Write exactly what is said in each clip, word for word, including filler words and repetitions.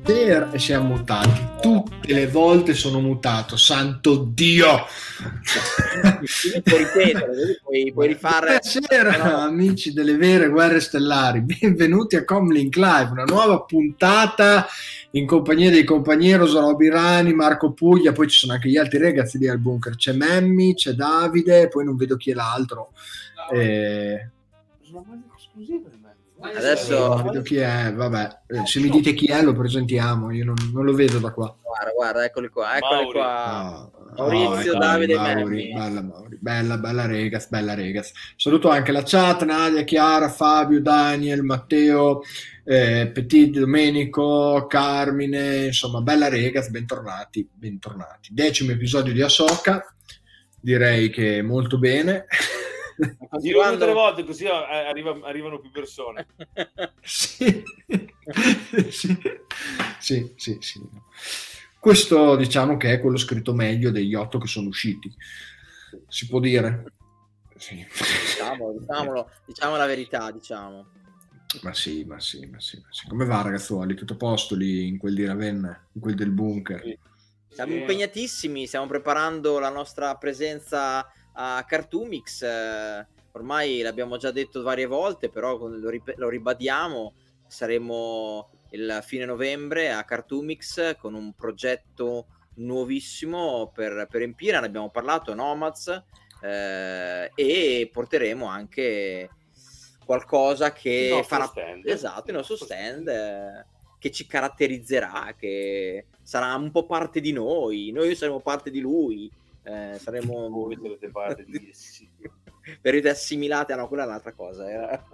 Buonasera, e siamo mutati. Tutte le volte sono mutato, santo Dio! Puoi ripetere, puoi, puoi rifare. Buonasera, no. Amici delle vere guerre stellari, benvenuti a Comlink Live, una nuova puntata in compagnia dei compagneros Roby Rani, Marco Puglia, poi ci sono anche gli altri ragazzi lì al bunker, c'è Memmi, c'è Davide, poi non vedo chi è l'altro. No, eh... esclusiva di me. Adesso non vedo chi è, vabbè, eh, se mi dite chi è lo presentiamo, io non, non lo vedo da qua. Guarda, guarda, eccoli qua, eccoli Mauri. qua. Oh, Maurizio, oh, Davide, Mauri, Memmi. bella Mauri, bella, bella Regas, bella Regas. Saluto anche la chat, Nadia, Chiara, Fabio, Daniel, Matteo, eh, Petit, Domenico, Carmine, insomma, bella Regas, bentornati, bentornati. Decimo episodio di Ahsoka, direi che molto bene. Continuando... tutte le volte così arriva, arrivano più persone. sì. sì, sì, sì, sì. Questo diciamo che è quello scritto meglio degli otto che sono usciti, si può dire. Sì. Diciamolo, diciamolo, diciamo la verità, diciamo. Ma sì, ma sì, ma sì, ma sì. Come va, ragazzuoli? Tutto a posto lì in quel di Ravenna, in quel del bunker? Sì. Siamo sì. impegnatissimi, stiamo preparando la nostra presenza a Cartoomix, eh, ormai l'abbiamo già detto varie volte, però lo, rip- lo ribadiamo, saremo il fine novembre a Cartoomix con un progetto nuovissimo per, per Empira, ne abbiamo parlato, Nomads, eh, e porteremo anche qualcosa che il farà stand. esatto, il nostro stand, eh, che ci caratterizzerà, che sarà un po' parte di noi, noi saremo parte di lui. Eh, saremo voi sarete parte di essi. Verrete assimilate, no, quella è un'altra cosa. Era...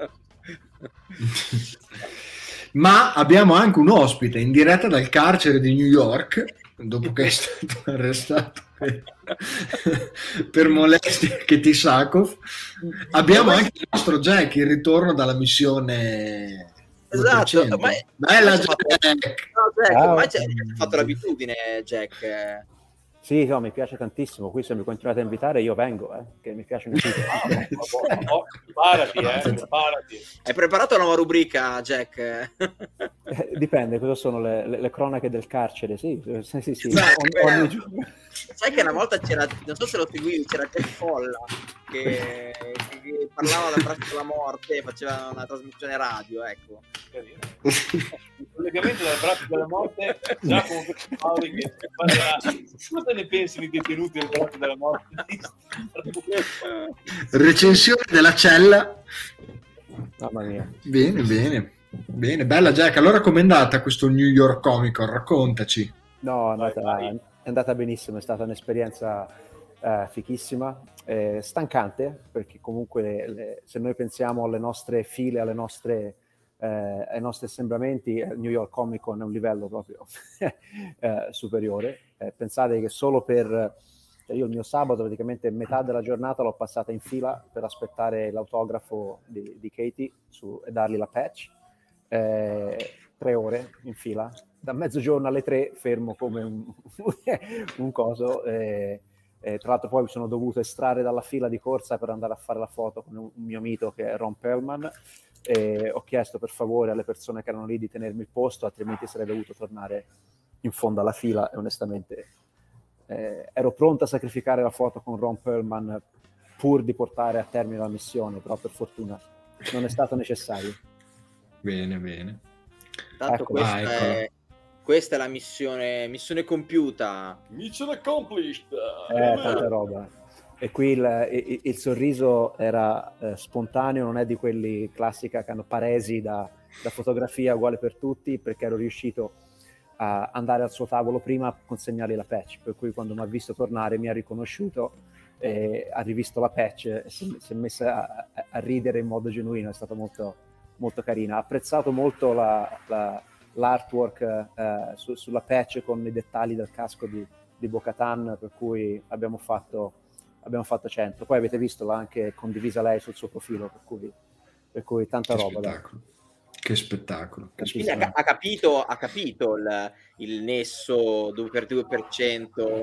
Ma abbiamo anche un ospite in diretta dal carcere di New York, dopo che è stato arrestato per, per molestia Ketisakov. Abbiamo anche il nostro Jack in ritorno dalla missione. Esatto, ma bella Jack. Jack. No, Jack, ah, ormai c'è fatto l'abitudine, Jack. Sì, no, mi piace tantissimo. Qui se mi continuate a invitare io vengo, eh, che mi piace molto. Preparati, eh, preparati. Hai preparato una nuova rubrica, Jack? Eh, dipende, cosa sono le, le, le cronache del carcere? Sì, sì, sì. sì. Esatto, ogni, ogni giorno. Sai che una volta c'era, non so se lo seguivi, c'era Jack Folla che, che parlava dal braccio della morte e faceva una trasmissione radio, ecco. Il collegamento dal braccio della morte, Giacomo Mauri che cosa ne pensi di detenuti del braccio della morte? Recensione della cella. Mamma mia. Bene, bene. Bene, bella Jack. Allora com'è andata questo New York Comic Con? Raccontaci. No, è andata, vai, vai. È andata benissimo, è stata un'esperienza eh, fichissima, eh, stancante, perché comunque le, le, se noi pensiamo alle nostre file, alle nostre, eh, ai nostri assembramenti, il New York Comic Con è un livello proprio eh, superiore. Eh, pensate che solo per... Cioè io il mio sabato praticamente metà della giornata l'ho passata in fila per aspettare l'autografo di, di Katie su, e dargli la patch. Eh, tre ore in fila, da mezzogiorno alle tre fermo come un, un coso, eh, eh, tra l'altro poi mi sono dovuto estrarre dalla fila di corsa per andare a fare la foto con un, un mio mito che è Ron Perlman, e ho chiesto per favore alle persone che erano lì di tenermi il posto, altrimenti sarei dovuto tornare in fondo alla fila e onestamente eh, ero pronto a sacrificare la foto con Ron Perlman pur di portare a termine la missione, però per fortuna non è stato necessario. Bene, bene. Tanto Ecco, questa, ah, è, questa è la missione, missione compiuta. Mission accomplished. Eh, tanta roba. E qui il, il, il sorriso era eh, spontaneo, non è di quelli classica che hanno paresi da, da fotografia uguale per tutti, perché ero riuscito a andare al suo tavolo prima a consegnargli la patch, per cui quando mi ha visto tornare mi ha riconosciuto, eh, ha rivisto la patch e si, si è messa a, a ridere in modo genuino, è stato molto molto carina. Ha apprezzato molto la, la, l'artwork eh, su, sulla patch con i dettagli del casco di, di Bo-Katan, per cui abbiamo fatto, abbiamo fatto cento. Poi avete visto, l'ha anche condivisa lei sul suo profilo, per cui, per cui tanta che roba. Spettacolo. Che spettacolo. Che Quindi spettacolo. Ha, ha capito, ha capito il, il nesso due per due per cento.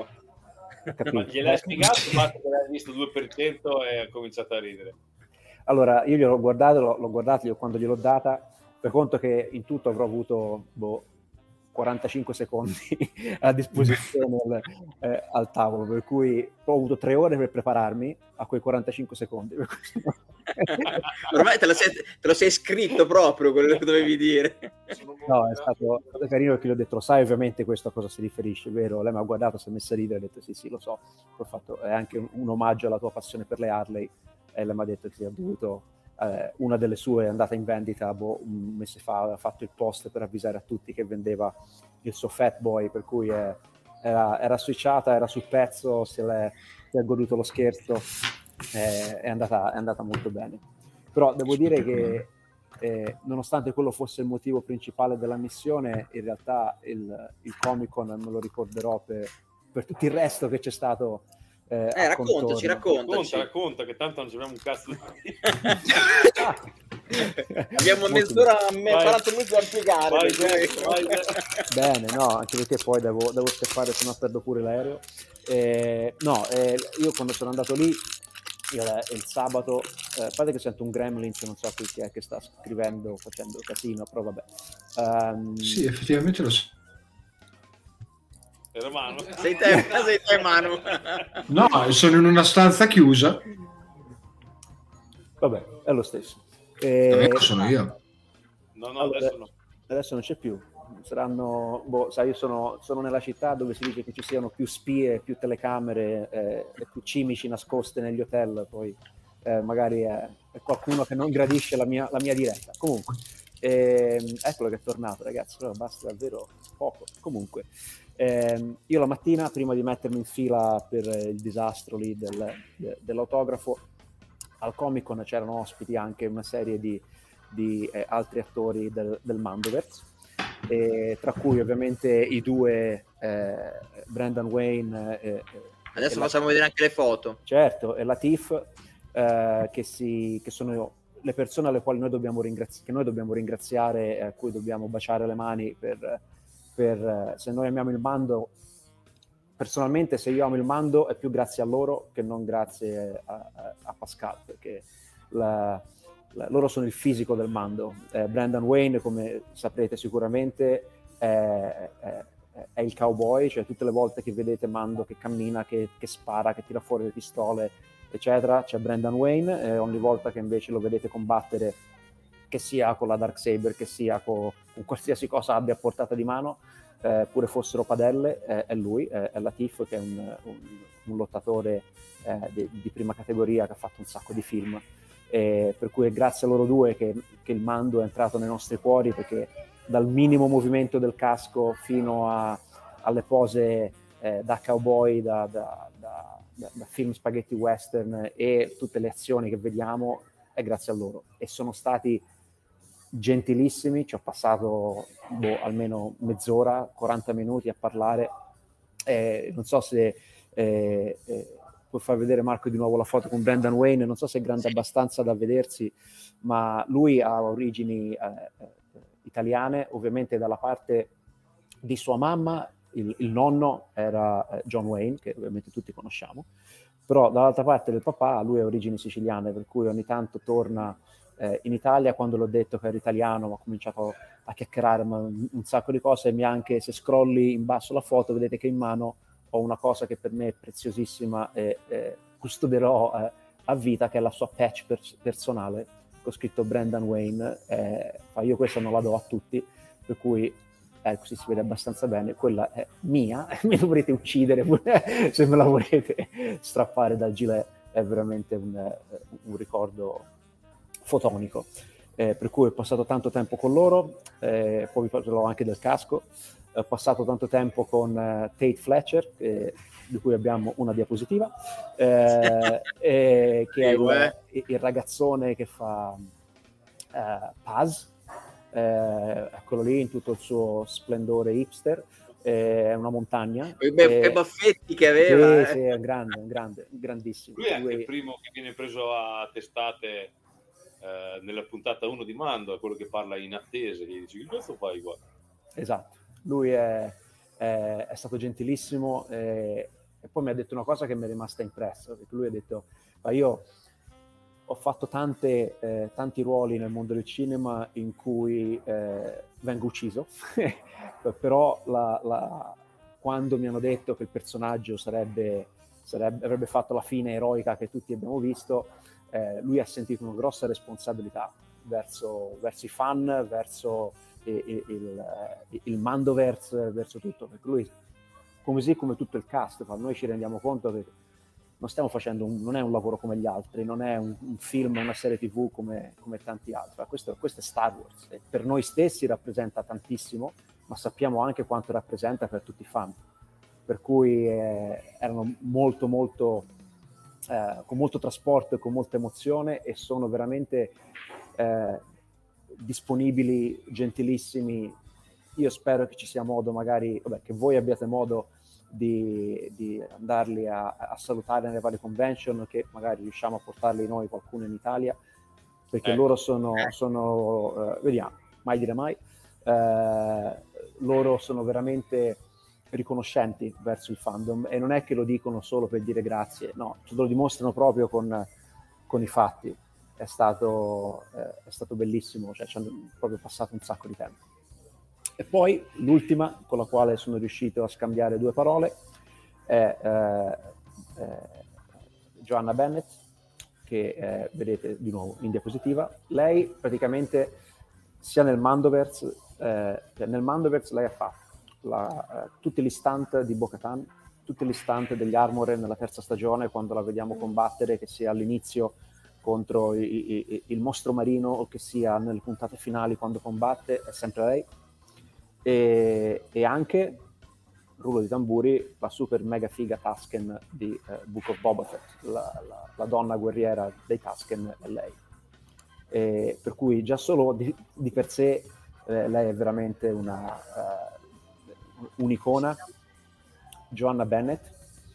Ma gliel'hai spiegato, basta che l'hai visto due per cento e ha cominciato a ridere. Allora, io gliel'ho guardato, l'ho, l'ho guardato io quando gliel'ho data, per conto che in tutto avrò avuto boh, quarantacinque secondi a disposizione al, eh, al tavolo, per cui ho avuto tre ore per prepararmi a quei quarantacinque secondi. Ormai te lo, sei, te lo sei scritto proprio quello che dovevi dire. No, è stato, è stato carino perché gli ho detto, lo sai ovviamente questo a cosa si riferisce, vero? Lei mi ha guardato, si è messa a ridere, ho detto sì sì lo so, ho fatto, è anche un, un omaggio alla tua passione per le Harley, e lei mi ha detto che si è dovuto, eh, una delle sue è andata in vendita boh, un mese fa, aveva fatto il post per avvisare a tutti che vendeva il suo Fat Boy, per cui è, era, era switchata, era sul pezzo, se l'è, si è goduto lo scherzo, è, è, andata, è andata molto bene. Però devo dire che eh, nonostante quello fosse il motivo principale della missione, in realtà il, il Comic Con me lo ricorderò per, per tutto il resto che c'è stato. Eh, eh raccontaci, raccontaci. Racconta, racconta, che tanto non abbiamo un cazzo di... Abbiamo mezz'ora, quaranta minuti da spiegare. Vai, vai, vai. Bene, no, anche perché poi devo, devo scappare, se no perdo pure l'aereo. Eh, no, eh, io quando sono andato lì, il, il sabato, eh, a parte che sento un gremlin, non so chi è che sta scrivendo, facendo casino, però vabbè. Um, sì, effettivamente lo so. Era Manu. Sei te, sei te Manu. No, sono in una stanza chiusa. Vabbè, è lo stesso. Eh, Ecco, sono io. No, no, allora, adesso no. Adesso non c'è più. Saranno, boh, sai, io sono, sono nella città dove si dice che ci siano più spie, più telecamere eh, e più cimici nascoste negli hotel, poi eh, magari è, è qualcuno che non gradisce la mia, la mia diretta. Comunque, ehm, eccolo che è tornato, ragazzi, però basta davvero poco. Comunque, ehm, io la mattina, prima di mettermi in fila per il disastro lì del, de, dell'autografo, al Comic Con c'erano ospiti anche una serie di, di eh, altri attori del, del Mandoverse, e tra cui ovviamente i due eh, Brendan Wayne eh, adesso facciamo vedere anche le foto, certo, e Latif, eh, che, si, che sono le persone alle quali noi dobbiamo ringraziare, che noi dobbiamo ringraziare, a cui dobbiamo baciare le mani per, per se noi amiamo il Mando. Personalmente, se io amo il Mando è più grazie a loro che non grazie a, a, a Pascal, perché la, la, loro sono il fisico del Mando. Eh, Brendan Wayne, come saprete sicuramente, è, è, è il cowboy, cioè tutte le volte che vedete Mando che cammina, che, che spara, che tira fuori le pistole, eccetera, c'è Brendan Wayne. Eh, ogni volta che invece lo vedete combattere, che sia con la Darksaber, che sia con, con qualsiasi cosa abbia a portata di mano, Eh, pure fossero padelle, eh, è lui, eh, è Latif, che è un, un, un lottatore eh, di, di prima categoria, che ha fatto un sacco di film, eh, per cui è grazie a loro due che, che il Mando è entrato nei nostri cuori, perché dal minimo movimento del casco fino a, alle pose eh, da cowboy, da, da, da, da, da film spaghetti western, e tutte le azioni che vediamo è grazie a loro, e sono stati gentilissimi. Ci ho passato boh, almeno mezz'ora, quaranta minuti a parlare. Eh, non so se eh, eh, puoi far vedere, Marco, di nuovo la foto con Brendan Wayne. Non so se è grande sì. abbastanza da vedersi, ma lui ha origini eh, eh, italiane, ovviamente dalla parte di sua mamma. Il, il nonno era eh, John Wayne, che ovviamente tutti conosciamo, però dall'altra parte del papà lui ha origini siciliane, per cui ogni tanto torna Eh, in Italia. Quando l'ho detto che ero italiano, ho cominciato a chiacchierare un, un sacco di cose, e mi anche, se scrolli in basso la foto, vedete che in mano ho una cosa che per me è preziosissima e eh, custoderò eh, a vita, che è la sua patch pers- personale, ho scritto Brendan Wayne. Eh, io questa non la do a tutti, per cui eh, così si vede abbastanza bene, quella è mia, mi dovrete uccidere se me la volete strappare dal gilet. È veramente un, un ricordo fotonico, eh, per cui ho passato tanto tempo con loro. Eh, poi vi parlerò anche del casco. Ho passato tanto tempo con uh, Tate Fletcher, eh, di cui abbiamo una diapositiva, eh, eh, che è il, il ragazzone che fa uh, Paz, eh, eccolo lì in tutto il suo splendore hipster. È una montagna, quei be- baffetti che aveva, sì, eh. sì, è grande, grande, grandissimo. Lui è anche Lui... il primo che viene preso a testate eh, nella puntata uno di Mando, è quello che parla in attesa, gli dici: che cazzo fai qua? Esatto, lui è, è, è stato gentilissimo, e, e poi mi ha detto una cosa che mi è rimasta impressa, perché lui ha detto: ma io ho fatto tante, eh, tanti ruoli nel mondo del cinema in cui eh, vengo ucciso, però la, la, quando mi hanno detto che il personaggio sarebbe, sarebbe, avrebbe fatto la fine eroica che tutti abbiamo visto, eh, lui ha sentito una grossa responsabilità verso, verso i fan, verso il, il, il, il Mandoverse, verso tutto, perché lui, così come tutto il cast, noi ci rendiamo conto che non stiamo facendo un, non è un lavoro come gli altri, non è un, un film, una serie tv come, come tanti altri. Questo, questo è Star Wars e per noi stessi rappresenta tantissimo, ma sappiamo anche quanto rappresenta per tutti i fan, per cui eh, erano molto molto eh, con molto trasporto e con molta emozione, e sono veramente eh, disponibili, gentilissimi. Io spero che ci sia modo, magari vabbè, che voi abbiate modo Di, di andarli a, a salutare nelle varie convention, che magari riusciamo a portarli noi qualcuno in Italia, perché ecco. loro sono, sono uh, vediamo, mai dire mai, uh, loro sono veramente riconoscenti verso il fandom, e non è che lo dicono solo per dire grazie, no, lo dimostrano proprio con, con i fatti. È stato, eh, è stato bellissimo, cioè ci hanno proprio passato un sacco di tempo. E poi l'ultima con la quale sono riuscito a scambiare due parole è eh, eh, Joanna Bennett, che eh, vedete di nuovo in diapositiva. Lei praticamente sia nel Mandoverse, eh, nel Mandoverse lei ha fatto la, eh, tutti gli stunt di Bo-Katan, tutti gli stunt degli Armorer nella terza stagione, quando la vediamo combattere, che sia all'inizio contro i, i, il mostro marino o che sia nelle puntate finali quando combatte, è sempre lei. E, e anche, rullo di tamburi, la super mega figa Tusken di eh, Book of Boba Fett, la, la, la donna guerriera dei Tusken è lei. E per cui già solo di, di per sé eh, lei è veramente una uh, un'icona, Joanna Bennett.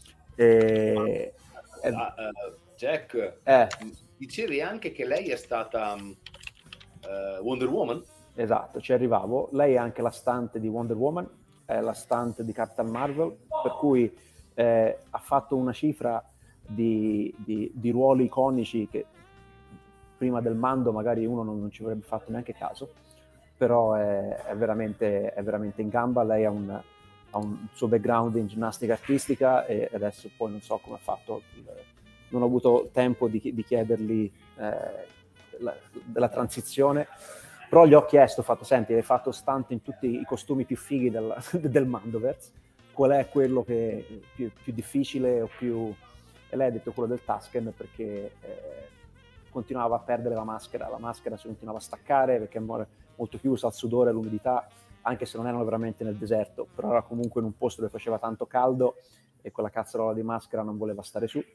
E, uh, uh, Jack, eh, dicevi anche che lei è stata um, uh, Wonder Woman? Esatto, ci arrivavo. Lei è anche la stunt di Wonder Woman, è la stunt di Captain Marvel, per cui eh, ha fatto una cifra di, di, di ruoli iconici che prima del Mando magari uno non, non ci avrebbe fatto neanche caso, però è, è, veramente, è veramente in gamba. Lei ha un, ha un suo background in ginnastica artistica e adesso poi non so come ha fatto, non ho avuto tempo di, di chiedergli eh, la, della transizione. Però gli ho chiesto, ho fatto, senti, hai fatto stunt in tutti i costumi più fighi del, del Mandoverse, qual è quello che è più, più difficile o più... E lei ha detto quello del Tusken, perché eh, continuava a perdere la maschera, la maschera si continuava a staccare perché è molto chiusa al sudore e all'umidità, anche se non erano veramente nel deserto, però era comunque in un posto dove faceva tanto caldo e quella cazzarola di maschera non voleva stare su.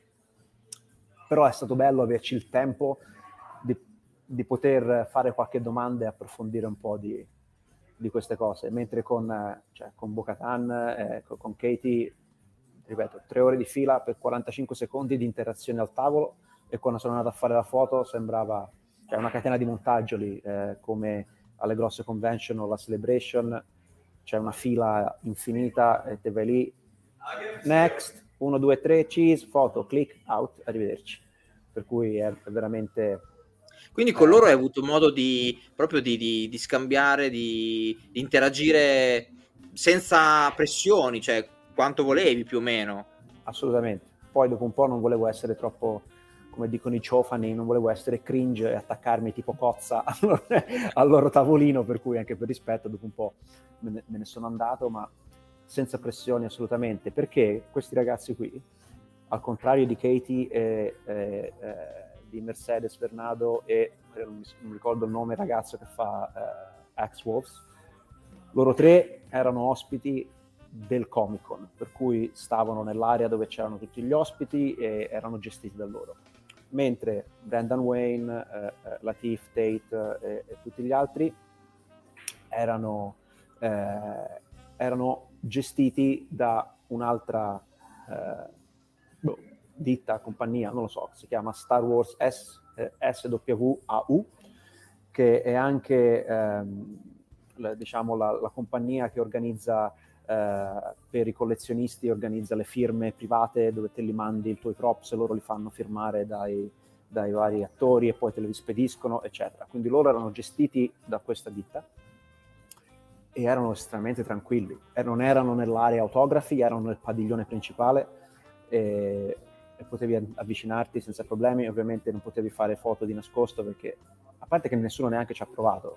Però è stato bello averci il tempo di di poter fare qualche domanda e approfondire un po' di, di queste cose, mentre con, cioè, con Bo-Katan, eh, con Katie, ripeto, tre ore di fila per quarantacinque secondi di interazione al tavolo, e quando sono andato a fare la foto sembrava, cioè, una catena di montaggio lì, eh, come alle grosse convention o la Celebration, c'è una fila infinita e te vai lì, next, uno, due, tre, cheese, foto, click, out, arrivederci. Per cui è veramente... Quindi con loro hai avuto modo di proprio di, di, di scambiare, di, di interagire senza pressioni, cioè quanto volevi più o meno. Assolutamente. Poi dopo un po' non volevo essere troppo, come dicono i ciofani, non volevo essere cringe e attaccarmi tipo cozza al loro, al loro tavolino, per cui anche per rispetto dopo un po' me ne, me ne sono andato, ma senza pressioni assolutamente, perché questi ragazzi qui, al contrario di Katie e... e, e di Mercedes Bernardo e non mi, non mi ricordo il nome, il ragazzo che fa uh, X-Wolves, loro tre erano ospiti del Comic Con, per cui stavano nell'area dove c'erano tutti gli ospiti e erano gestiti da loro, mentre Brandon Wayne, eh, Lateef, Tate eh, e tutti gli altri erano, eh, erano gestiti da un'altra eh, boh, ditta, compagnia, non lo so, si chiama Star Wars S, eh, S W A U, che è anche ehm, la, diciamo la, la compagnia che organizza eh, per i collezionisti, organizza le firme private dove te li mandi i tuoi props e loro li fanno firmare dai, dai vari attori e poi te li spediscono, eccetera. Quindi loro erano gestiti da questa ditta e erano estremamente tranquilli, e non erano nell'area autografi, erano nel padiglione principale e, e potevi avvicinarti senza problemi. Ovviamente non potevi fare foto di nascosto perché, a parte che nessuno neanche ci ha provato,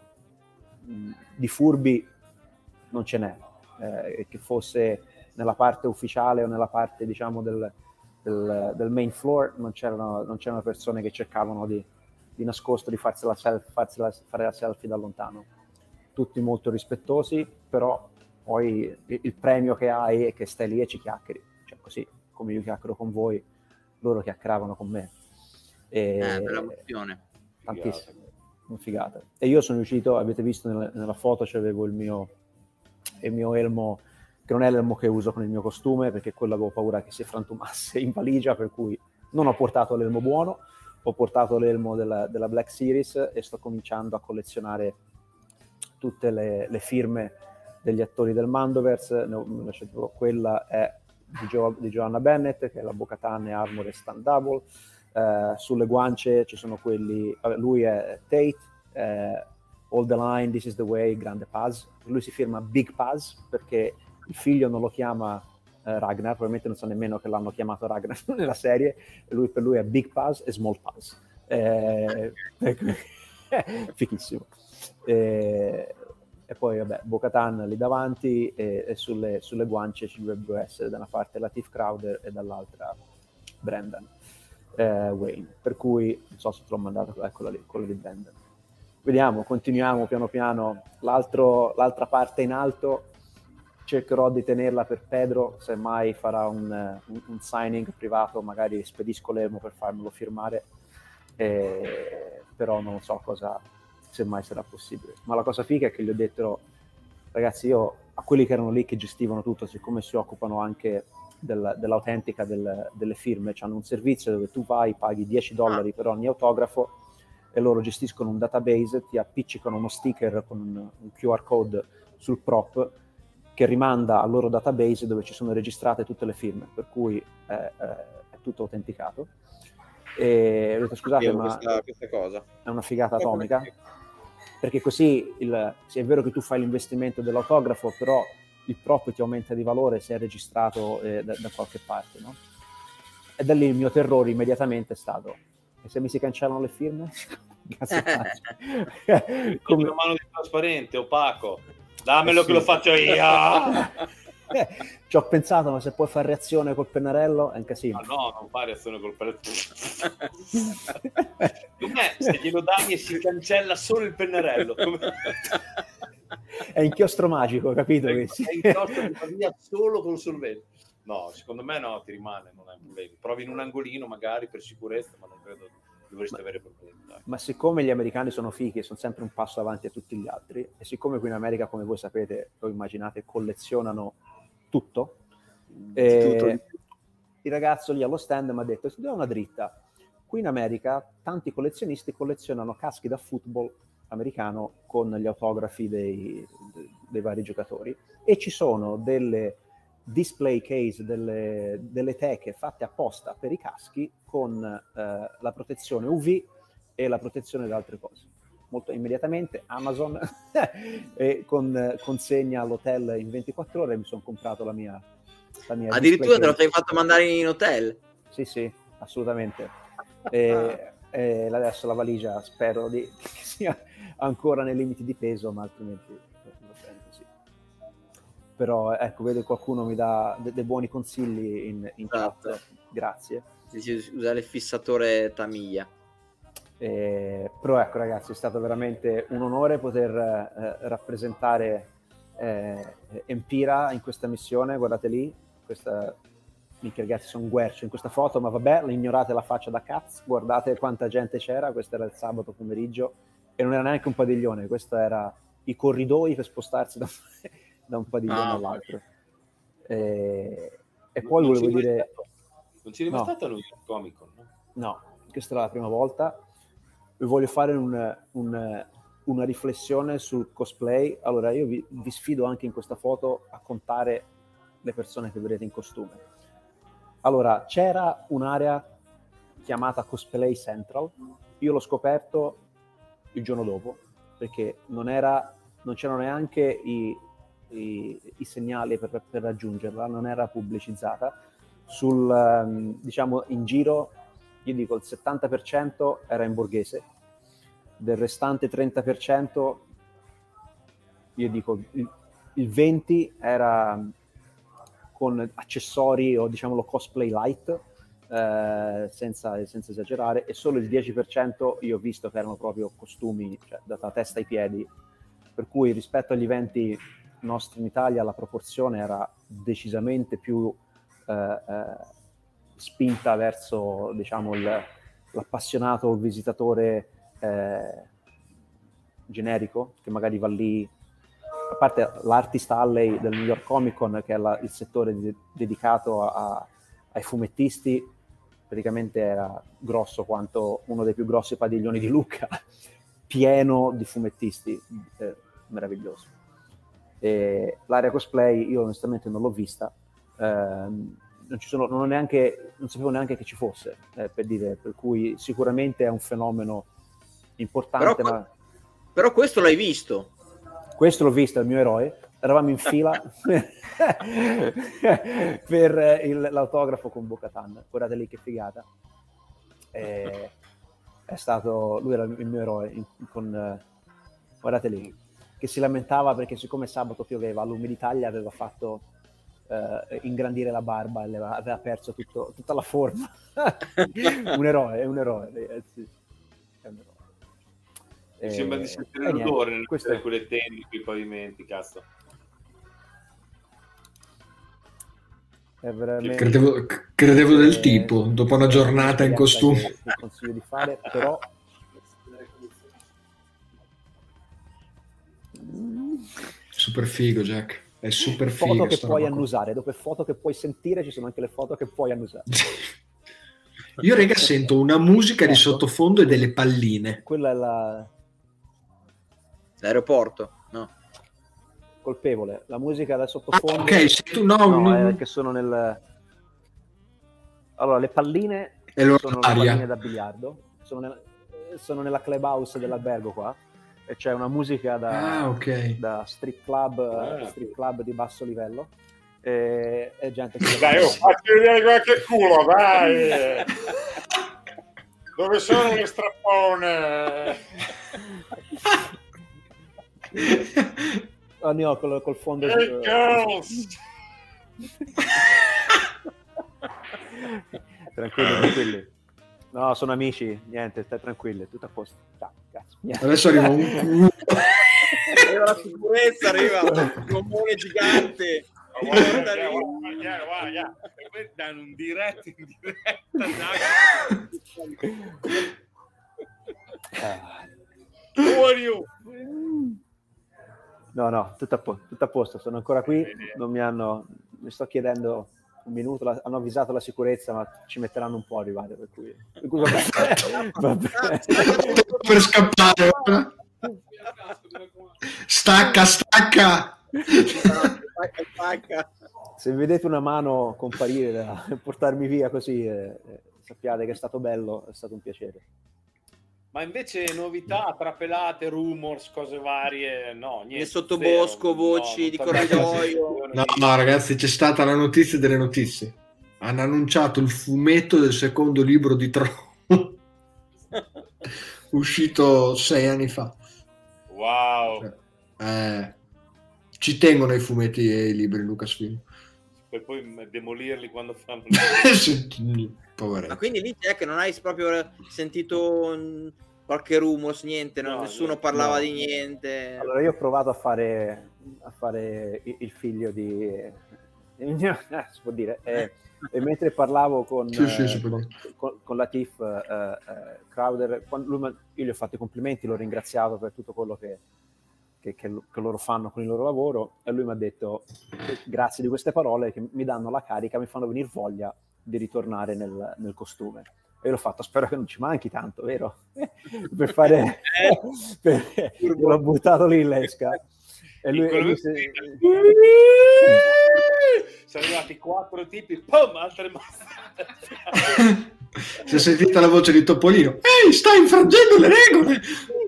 di furbi non ce n'è, eh, che fosse nella parte ufficiale o nella parte, diciamo, del, del, del main floor, non c'erano, non c'erano persone che cercavano di, di nascosto di farsela, farsela, fare la selfie da lontano. Tutti molto rispettosi, però poi il, il premio che hai è che stai lì e ci chiacchieri, cioè così come io chiacchiero con voi, loro chiacchieravano con me. E, eh, bella emozione. Tantissimo, una figata. E io sono riuscito, avete visto nella, nella foto, c'avevo il mio, il mio elmo, che non è l'elmo che uso con il mio costume, perché quello avevo paura che si frantumasse in valigia, per cui non ho portato l'elmo buono, ho portato l'elmo della, della Black Series e sto cominciando a collezionare tutte le, le firme degli attori del Mandoverse. Quella è di, jo, di Joanna Bennett, che è la Bo-Katan e Armored Stand Double. Uh, sulle guance ci sono quelli, vabbè, lui è Tate, eh, All the Line, This is the Way, grande Paz. Lui si firma Big Paz perché il figlio non lo chiama eh, Ragnar, probabilmente non sa nemmeno che l'hanno chiamato Ragnar nella serie, e lui, per lui è Big Paz e Small Paz. Eh, fichissimo. E, e poi vabbè, Bo-Katan lì davanti e, e sulle, sulle guance ci dovrebbero essere da una parte Lateef Crowder e dall'altra Brendan eh, Wayne, per cui non so se te l'ho mandato, eccola lì, quello di Brendan. Vediamo, continuiamo piano piano. L'altro, l'altra parte in alto cercherò di tenerla per Pedro, se mai farà un, un, un signing privato, magari spedisco l'elmo per farmelo firmare, eh, però non so cosa, se mai sarà possibile. Ma la cosa figa è che gli ho detto, ragazzi, io a quelli che erano lì che gestivano tutto, siccome si occupano anche del, dell'autentica del, delle firme, hanno un servizio dove tu vai, paghi dieci dollari per ogni autografo e loro gestiscono un database, ti appiccicano uno sticker con un, un Q R code sul prop che rimanda al loro database dove ci sono registrate tutte le firme, per cui è, è, è tutto autenticato. E ho detto, scusate, Io, ma questa, questa cosa è una figata atomica, perché così il, sì, è vero che tu fai l'investimento dell'autografo, però il prop ti aumenta di valore se è registrato eh, da, da qualche parte, no? E da lì il mio terrore immediatamente è stato: e se mi si cancellano le firme? Come una mano di trasparente, opaco. Dammelo eh sì, che lo faccio io. eh, ci ho pensato, ma se puoi fare reazione col pennarello è un casino. Ma no, non fa reazione col pennarello. Com'è? Se glielo dai e si cancella solo il pennarello. Come... È inchiostro magico, capito? È, è inchiostro che fa via solo col solvente. No, secondo me no, ti rimane, non è un problema. Provi in un angolino magari per sicurezza, ma non credo dovreste ma, avere problemi. Dai. Ma siccome gli americani sono fighi e sono sempre un passo avanti a tutti gli altri, e siccome qui in America, come voi sapete o immaginate, collezionano tutto, e tutto. Il ragazzo lì allo stand mi ha detto: ti do una dritta, qui in America tanti collezionisti collezionano caschi da football americano con gli autografi dei, dei, dei vari giocatori, e ci sono delle display case, delle, delle teche fatte apposta per i caschi con eh, la protezione U V e la protezione da altre cose. Molto immediatamente Amazon e con consegna all'hotel in ventiquattro ore mi sono comprato la mia, la mia addirittura te lo sei fatto mandare in hotel? Sì, sì, assolutamente. E, e adesso la valigia spero di, che sia ancora nei limiti di peso, ma altrimenti lo sento, sì. Però ecco, vedo che qualcuno mi dà dei de buoni consigli in, in esatto. chat, grazie. Devi usare il fissatore Tamiya. Eh, però ecco ragazzi, è stato veramente un onore poter eh, rappresentare eh, Empira in questa missione. Guardate lì, questa, minchia ragazzi, sono guercio in questa foto, ma vabbè, ignorate la faccia da cazzo, guardate quanta gente c'era. Questo era il sabato pomeriggio e non era neanche un padiglione, questo era i corridoi per spostarsi da, da un padiglione ah, all'altro. E, e poi non volevo dire stato, non ci è mai stato a New York Comic Con, no? No, questa era la prima volta. Voglio fare un, un, una riflessione sul cosplay. Allora io vi, vi sfido anche in questa foto a contare le persone che vedete in costume. Allora c'era un'area chiamata Cosplay Central. Io l'ho scoperto il giorno dopo, perché non era, non c'erano neanche i, i, i segnali per, per raggiungerla, non era pubblicizzata. Sul, diciamo, in giro, io dico il settanta per cento era in borghese, del restante trenta per cento io dico il, il venti era con accessori o diciamo lo cosplay light, eh, senza, senza esagerare, e solo il dieci per cento io ho visto che erano proprio costumi, cioè dalla testa ai piedi, per cui rispetto agli eventi nostri in Italia la proporzione era decisamente più eh, eh, spinta verso, diciamo, il, l'appassionato o il visitatore eh, generico, che magari va lì, a parte l'Artist Alley del New York Comic Con, che è la, il settore de- dedicato a, ai fumettisti, praticamente era grosso quanto uno dei più grossi padiglioni di Lucca, pieno di fumettisti, eh, meraviglioso. E l'area cosplay io onestamente non l'ho vista, eh, non ci sono, non ho neanche, non sapevo neanche che ci fosse, eh, per dire, per cui sicuramente è un fenomeno importante. Però, ma però questo l'hai visto? Questo l'ho visto, è il mio eroe. Eravamo in fila per il, l'autografo con Bo-Katan. Guardate lì che figata. E, è stato, lui era il mio eroe. In, con, guardate lì, che si lamentava perché siccome sabato pioveva, l'umidità gli aveva fatto eh, ingrandire la barba, e aveva perso tutto, tutta la forma. un eroe, è un eroe. Eh, sì. È un eroe. Mi eh, sembra di sentire eh, l'odore nel questo... di quelle tende, quei pavimenti, cazzo. È veramente... Credevo, credevo del tipo, dopo una giornata in costume. Che vi consiglio di fare, però... Super figo, Jack. È super figo. Foto che puoi annusare, dopo foto che puoi sentire ci sono anche le foto che puoi annusare. Io, rega, sento una musica di sottofondo e delle palline. Quella è la... L'aeroporto, no? Colpevole. La musica da sottofondo... Ah, ok, se tu no... no non... è che sono nel... Allora, le palline e sono le palline da biliardo. Sono, nel... sono nella clubhouse dell'albergo qua. E c'è una musica da, ah, okay. da strip club, ah. strip club di basso livello. E, e gente che... Dai, oh, facci vedere qualche culo, dai! Dove sono le strappone? Oh no, col, col fondo hey, di... girls! Tranquilli, tranquilli. No, sono amici, niente, stai tranquilli, tutto a posto. Ciao, cazzo. Niente. Adesso arriva un culo. Arriva la sicurezza, arriva un gommone gigante. Guarda, guarda, guarda, danno un diretto in diretta. Who are you? No, no, tutto a posto, tutto a posto, sono ancora qui, non mi hanno, mi sto chiedendo un minuto, la, hanno avvisato la sicurezza, ma ci metteranno un po' a arrivare, per cui, per cui vabbè, vabbè. Per scappare. Stacca, stacca. Se vedete una mano comparire da portarmi via così, eh, eh, sappiate che è stato bello, è stato un piacere. Ma invece novità, trapelate, rumors, cose varie, no, niente. Nel sottobosco, zero, voci no, di corridoio. No, no, ragazzi, c'è stata la notizia delle notizie. Hanno annunciato il fumetto del secondo libro di Tron, uscito sei anni fa. Wow. Eh, ci tengono i fumetti e i libri Lucasfilm. Per poi demolirli quando fanno ma quindi lì Jack non hai proprio sentito qualche rumors, niente, no, nessuno parlava no. di niente. Allora io ho provato a fare a fare il figlio di eh, si può dire eh, e mentre parlavo con, sì, sì, eh, con, con, con Latif eh, eh, Crowder, quando lui, io gli ho fatto i complimenti, l'ho ringraziato per tutto quello che Che, che, che loro fanno con il loro lavoro, e lui mi ha detto grazie di queste parole che mi danno la carica, mi fanno venire voglia di ritornare nel, nel costume. E io l'ho fatto, spero che non ci manchi tanto, vero? per fare per, io l'ho buttato lì in l'esca e lui, e lui si... sono arrivati quattro tipi, pum, altre mazzate. Si è sentita la voce di Topolino. Ehi, stai infrangendo le regole!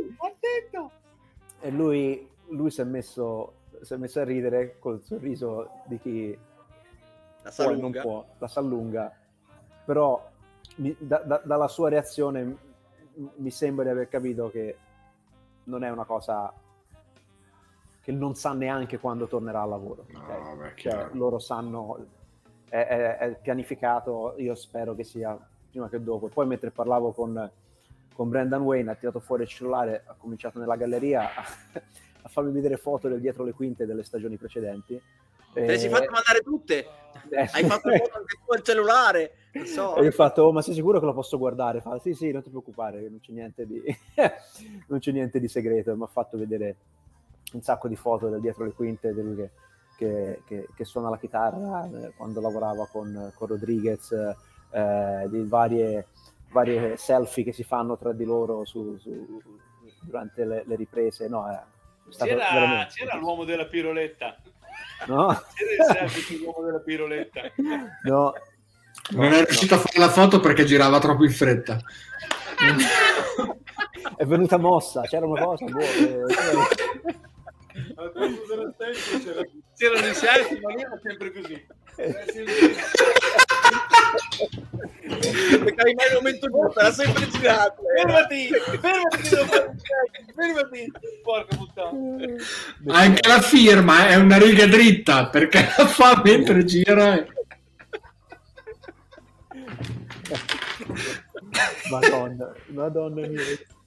E lui, lui si è messo si è messo a ridere col sorriso di chi La può e non Salunga. può, la Sallunga, però mi, da, da, dalla sua reazione m- mi sembra di aver capito che non è una cosa che non sa neanche quando tornerà al lavoro. No, okay? vabbè, Cioè, chiaro. loro sanno, è, è, è pianificato, io spero che sia prima che dopo. Poi mentre parlavo con, con Brendan Wayne, ha tirato fuori il cellulare, ha cominciato nella galleria a, a farmi vedere foto del dietro le quinte delle stagioni precedenti. Te le sei fatte mandare tutte? Eh, Hai fatto foto anche tu al cellulare? Non so. E io ho fatto, oh, ma sei sicuro che lo posso guardare? Fa, sì, sì, non ti preoccupare, non c'è niente di, non c'è niente di segreto. Mi ha fatto vedere un sacco di foto del dietro le quinte di lui che, che, che, che suona la chitarra eh, quando lavorava con, con Rodriguez, eh, di varie, varie selfie che si fanno tra di loro su, su, durante le, le riprese. No, è stato C'era, veramente... c'era l'uomo della piroletta. No? C'era il selfie dell'uomo della piroletta. No. Non è riuscito a fare la foto perché girava troppo in fretta. È venuta mossa, c'era una cosa. Boh, eh, c'erano i selfie, ma io sempre così. Perché hai mai il momento giusto, era sempre girato. Fermati, fermati, fermati, porca puttana. Anche la firma è una riga dritta perché la fa mentre gira. Madonna, madonna mia.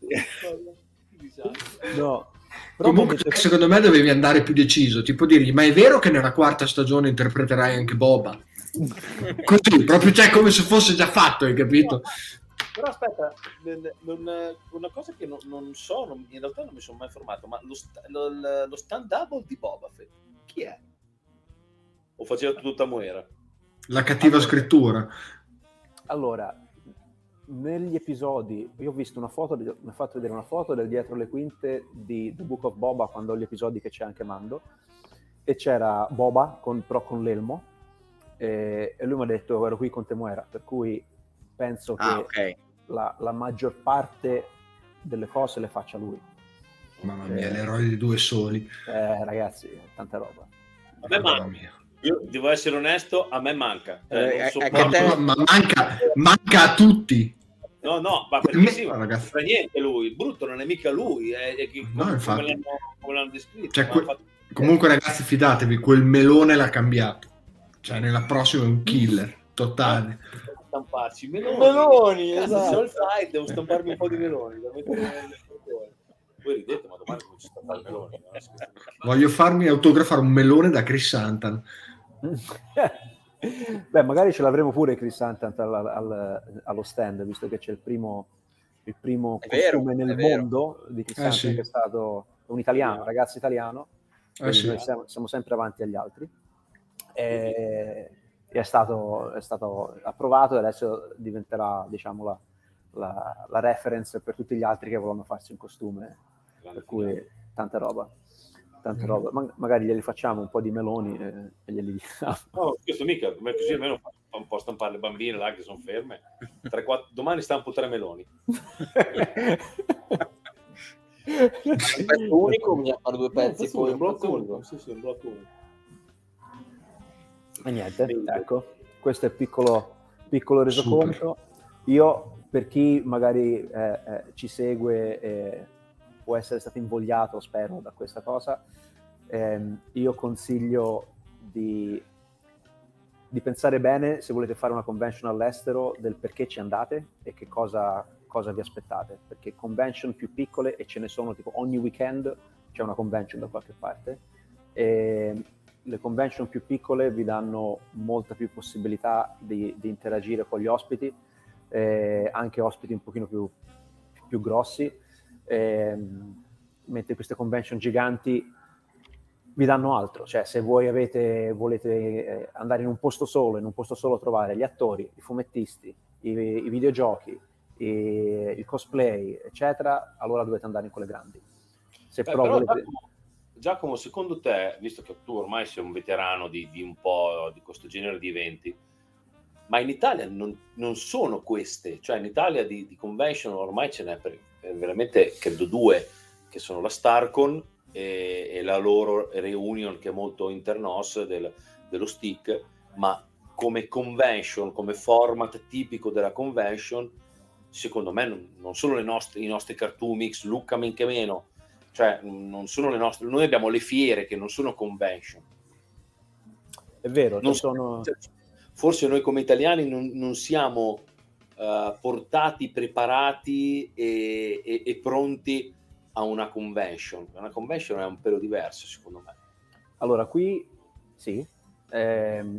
No. Però Comunque invece... secondo me dovevi andare più deciso, tipo dirgli ma è vero che nella quarta stagione interpreterai anche Boba? Così, proprio cioè come se fosse già fatto, hai capito? Però aspetta, non, una cosa che non, non so, non, in realtà non mi sono mai informato, ma lo, lo, lo stand double di Boba Fett, chi è? O faceva tutta muera? La cattiva allora, scrittura. Allora, negli episodi, io ho visto una foto, mi ha fatto vedere una foto del dietro le quinte di The Book of Boba, quando gli episodi che c'è anche Mando, e c'era Boba, con, però con l'elmo, e, e lui mi ha detto ero qui con Temuera, per cui penso che ah, okay. la, la maggior parte delle cose le faccia lui. Mamma mia, eh, l'eroe di due soli. Eh, ragazzi, tanta roba. A me manca. Mia. Io devo essere onesto, a me manca. Eh, non so eh, ma, te... ma manca, manca a tutti. No, no, ma perché sì, ma non fa niente lui. Il brutto non è mica lui, è, è che, no, come, come, l'hanno, come l'hanno descritto. Cioè, que... fatto... Comunque, ragazzi, fidatevi, quel melone l'ha cambiato. Cioè, nella prossima è un killer totale. Devo stamparci meloni. Meloni, esatto. Side, devo stamparmi un po' di meloni. Voi ridete, ma domani non ci sta il melone. Voglio farmi autografare un melone da Chris Santan. Beh, magari ce l'avremo pure Chris Santan al, al, allo stand, visto che c'è il primo, il primo costume nel mondo di Chris Santan, eh sì. Che è stato un italiano, ragazzo italiano, eh sì. Noi siamo, siamo sempre avanti agli altri. E, e è, stato, è stato approvato e adesso diventerà, diciamo, la, la, la reference per tutti gli altri che vogliono farsi un costume, per cui tanta roba. Tante mm. roba, Ma- magari glieli facciamo un po' di meloni e, e glieli diciamo. No, questo mica, come così almeno fa un po' stampare le bambine là che sono ferme. tre, quattro, domani stampo tre meloni. Un pezzo unico, bisogna fare due pezzi, no, poi un blocco unico. Sì, sì, un blocco unico. E niente, sì, ecco, questo è piccolo, piccolo resoconto. Io, per chi magari eh, eh, ci segue e può essere stato invogliato, spero, da questa cosa, ehm, io consiglio di, di pensare bene, se volete fare una convention all'estero, del perché ci andate e che cosa, cosa vi aspettate, perché convention più piccole, e ce ne sono tipo ogni weekend c'è una convention da qualche parte, e le convention più piccole vi danno molta più possibilità di, di interagire con gli ospiti, eh, anche ospiti un pochino più, più grossi, Eh, mentre queste convention giganti vi danno altro, cioè se voi avete, volete eh, andare in un posto solo, in un posto solo trovare gli attori, i fumettisti, i, i videogiochi, i, il cosplay, eccetera, allora dovete andare in quelle grandi. Se Beh, però, però volete... Giacomo, Giacomo, secondo te, visto che tu ormai sei un veterano di, di un po' di questo genere di eventi, ma in Italia non, non sono queste, cioè in Italia di, di convention ormai ce n'è per, per veramente credo due, che sono la Starcon e, e la loro reunion, che è molto internos del, dello stick, ma come convention, come format tipico della convention, secondo me non, non sono le nostre, i nostri Cartoomix, Lucca men che meno, cioè non sono le nostre, noi abbiamo le fiere che non sono convention. È vero, non ci sono... Forse noi come italiani non, non siamo uh, portati, preparati e, e, e pronti a una convention. Una convention è un pelo diverso, secondo me. Allora, qui sì, ehm,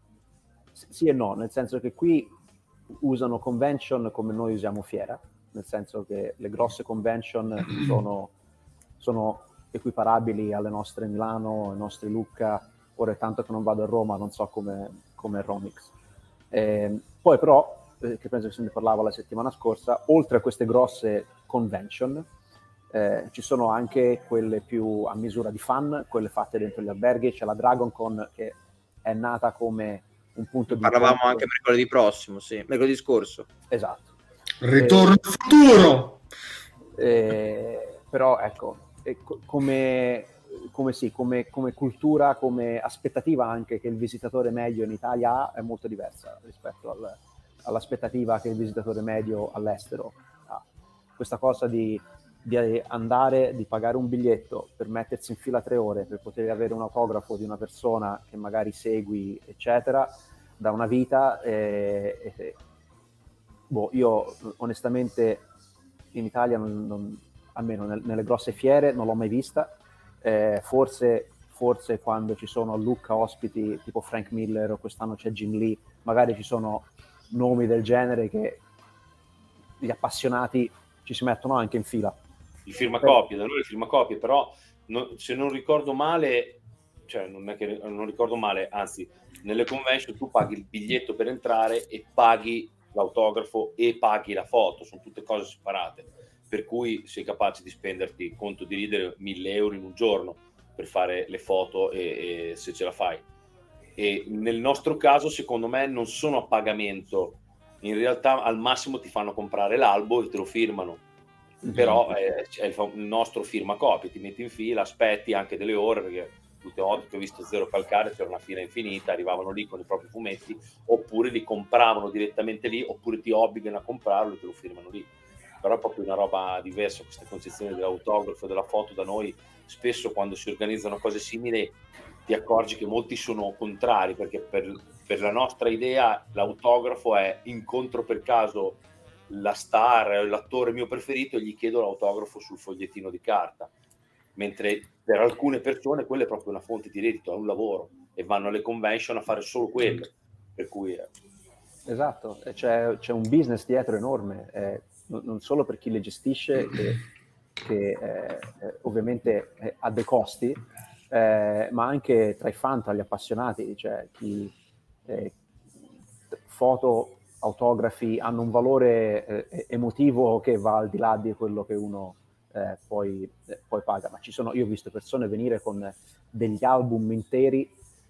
sì e no, nel senso che qui usano convention come noi usiamo fiera, nel senso che le grosse convention sono, sono equiparabili alle nostre Milano, alle nostre Lucca. Ora è tanto che non vado a Roma, non so come come Romix. Eh, poi però, eh, che penso che se ne parlava la settimana scorsa, oltre a queste grosse convention, eh, ci sono anche quelle più a misura di fan, quelle fatte dentro gli alberghi. C'è la DragonCon, che è nata come un punto di Parlavamo incontro. anche mercoledì prossimo, sì, mercoledì scorso. Esatto. Ritorno al futuro! Eh, però ecco, eh, co- come... come sì, come, come cultura, come aspettativa anche che il visitatore medio in Italia ha, è molto diversa rispetto al, all'aspettativa che il visitatore medio all'estero ha. Questa cosa di, di andare, di pagare un biglietto per mettersi in fila tre ore per poter avere un autografo di una persona che magari segui, eccetera, da una vita, eh, eh, boh, io onestamente in Italia, non, non, almeno nel, nelle grosse fiere, non l'ho mai vista. Eh, forse, forse quando ci sono Lucca ospiti tipo Frank Miller o quest'anno c'è Jim Lee, magari ci sono nomi del genere che gli appassionati ci si mettono anche in fila. Il firmacopie, da noi il firmacopie, però no, se non ricordo male, cioè non è che non ricordo male, anzi nelle convention tu paghi il biglietto per entrare e paghi l'autografo e paghi la foto, sono tutte cose separate, per cui sei capace di spenderti, conto di ridere, mille euro in un giorno per fare le foto e, e se ce la fai. E nel nostro caso secondo me non sono a pagamento, in realtà al massimo ti fanno comprare l'albo e te lo firmano, mm-hmm. Però è, è il, il nostro firmacopie, ti metti in fila, aspetti anche delle ore, perché l'ultima volta che ho visto Zero calcare c'era una fila infinita, arrivavano lì con i propri fumetti, oppure li compravano direttamente lì, oppure ti obbligano a comprarlo e te lo firmano lì. Però è proprio una roba diversa questa concezione dell'autografo e della foto. Da noi spesso quando si organizzano cose simili ti accorgi che molti sono contrari, perché per, per la nostra idea l'autografo è incontro per caso la star, l'attore mio preferito e gli chiedo l'autografo sul fogliettino di carta, mentre per alcune persone quella è proprio una fonte di reddito, è un lavoro e vanno alle convention a fare solo quello, per cui è... Esatto, c'è, c'è un business dietro enorme, eh, non solo per chi le gestisce, che, che eh, ovviamente eh, ha dei costi, eh, ma anche tra i fan, tra gli appassionati, cioè chi eh, foto, autografi hanno un valore eh, emotivo che va al di là di quello che uno eh, poi, eh, poi paga. Ma ci sono, io ho visto persone venire con degli album interi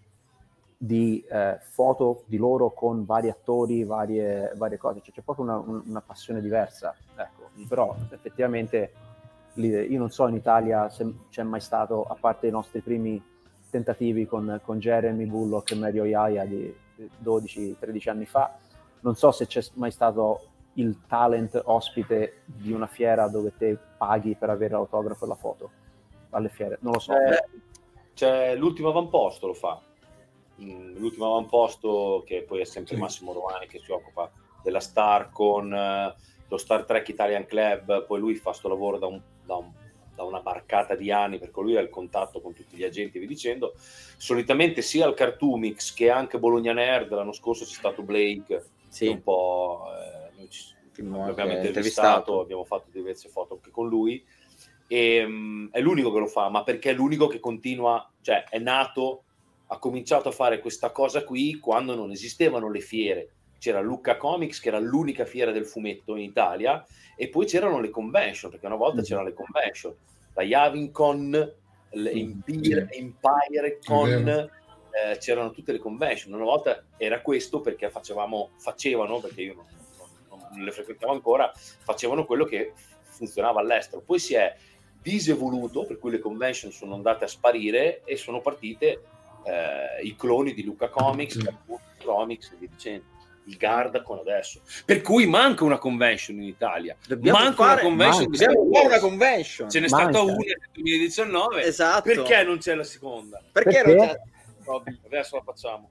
di eh, foto di loro con vari attori, varie, varie cose, cioè, c'è proprio una, una passione diversa, ecco. Però effettivamente io non so in Italia se c'è mai stato, a parte i nostri primi tentativi con, con Jeremy Bullock e Mario Iaia di dodici tredici anni fa, non so se c'è mai stato il talent ospite di una fiera dove te paghi per avere l'autografo e la foto alle fiere, non lo so. Eh, c'è l'ultimo avamposto, lo fa. L'ultimo avamposto, che poi è sempre sì. Massimo Romani che si occupa della Star con uh, lo Star Trek Italian Club, poi lui fa sto lavoro da, un, da, un, da una barcata di anni, perché lui ha il contatto con tutti gli agenti e vi dicendo. Solitamente sia al Cartoomix che anche Bologna Nerd, l'anno scorso c'è stato Blake, sì. Che un po' eh, noi ci, abbiamo intervistato, abbiamo fatto diverse foto anche con lui e um, è l'unico che lo fa, ma perché è l'unico che continua, cioè è nato, ha cominciato a fare questa cosa qui quando non esistevano le fiere. C'era Lucca Comics, che era l'unica fiera del fumetto in Italia, e poi c'erano le convention, perché una volta mm-hmm. c'erano le convention, la Yavincon, l'Empire, Empire Con, eh, c'erano tutte le convention. Una volta era questo perché facevamo, facevano, perché io non, non, non le frequentavo ancora, facevano quello che funzionava all'estero. Poi si è disevoluto, per cui le convention sono andate a sparire e sono partite eh, i cloni di Lucca Comics, mm. Comics e via dicendo. Il Gardacon adesso, per cui manca una convention in Italia. Dobbiamo manca fare, una convention, manca. Dobbiamo fare una convention. Ce n'è Manca. stata una nel duemiladiciannove, esatto. Perché non c'è la seconda? Perché, Perché? non c'è? Robby, adesso la facciamo.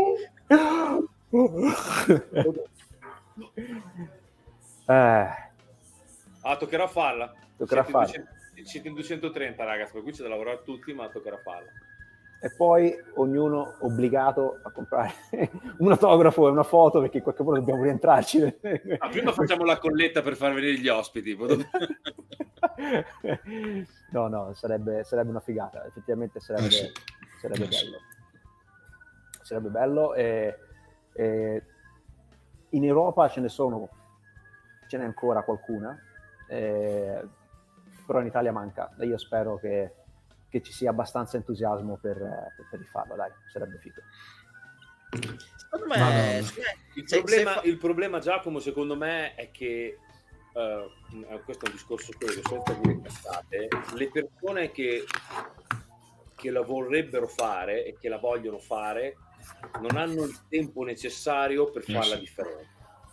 eh, Ah, toccherà farla. Toccherà siete, farla. In duecento, siete in duecentotrenta, ragazzi, per cui c'è da lavorare tutti, ma toccherà farla. E poi ognuno obbligato a comprare un autografo e una foto, perché in qualche modo dobbiamo rientrarci. Ah, prima facciamo la colletta per far venire gli ospiti. No, no, sarebbe, sarebbe una figata, effettivamente sarebbe, eh sì. sarebbe eh bello. Sì. Sarebbe bello. E, e in Europa ce ne sono, ce n'è ancora qualcuna, e, però in Italia manca. E io spero che che ci sia abbastanza entusiasmo per, per, per rifarlo, dai, sarebbe figo. Secondo me, il, se, problema, se fa... il problema, Giacomo, secondo me è che uh, questo è un discorso serio, senza dire cazzate, le persone che, che la vorrebbero fare e che la vogliono fare non hanno il tempo necessario per fare la differenza.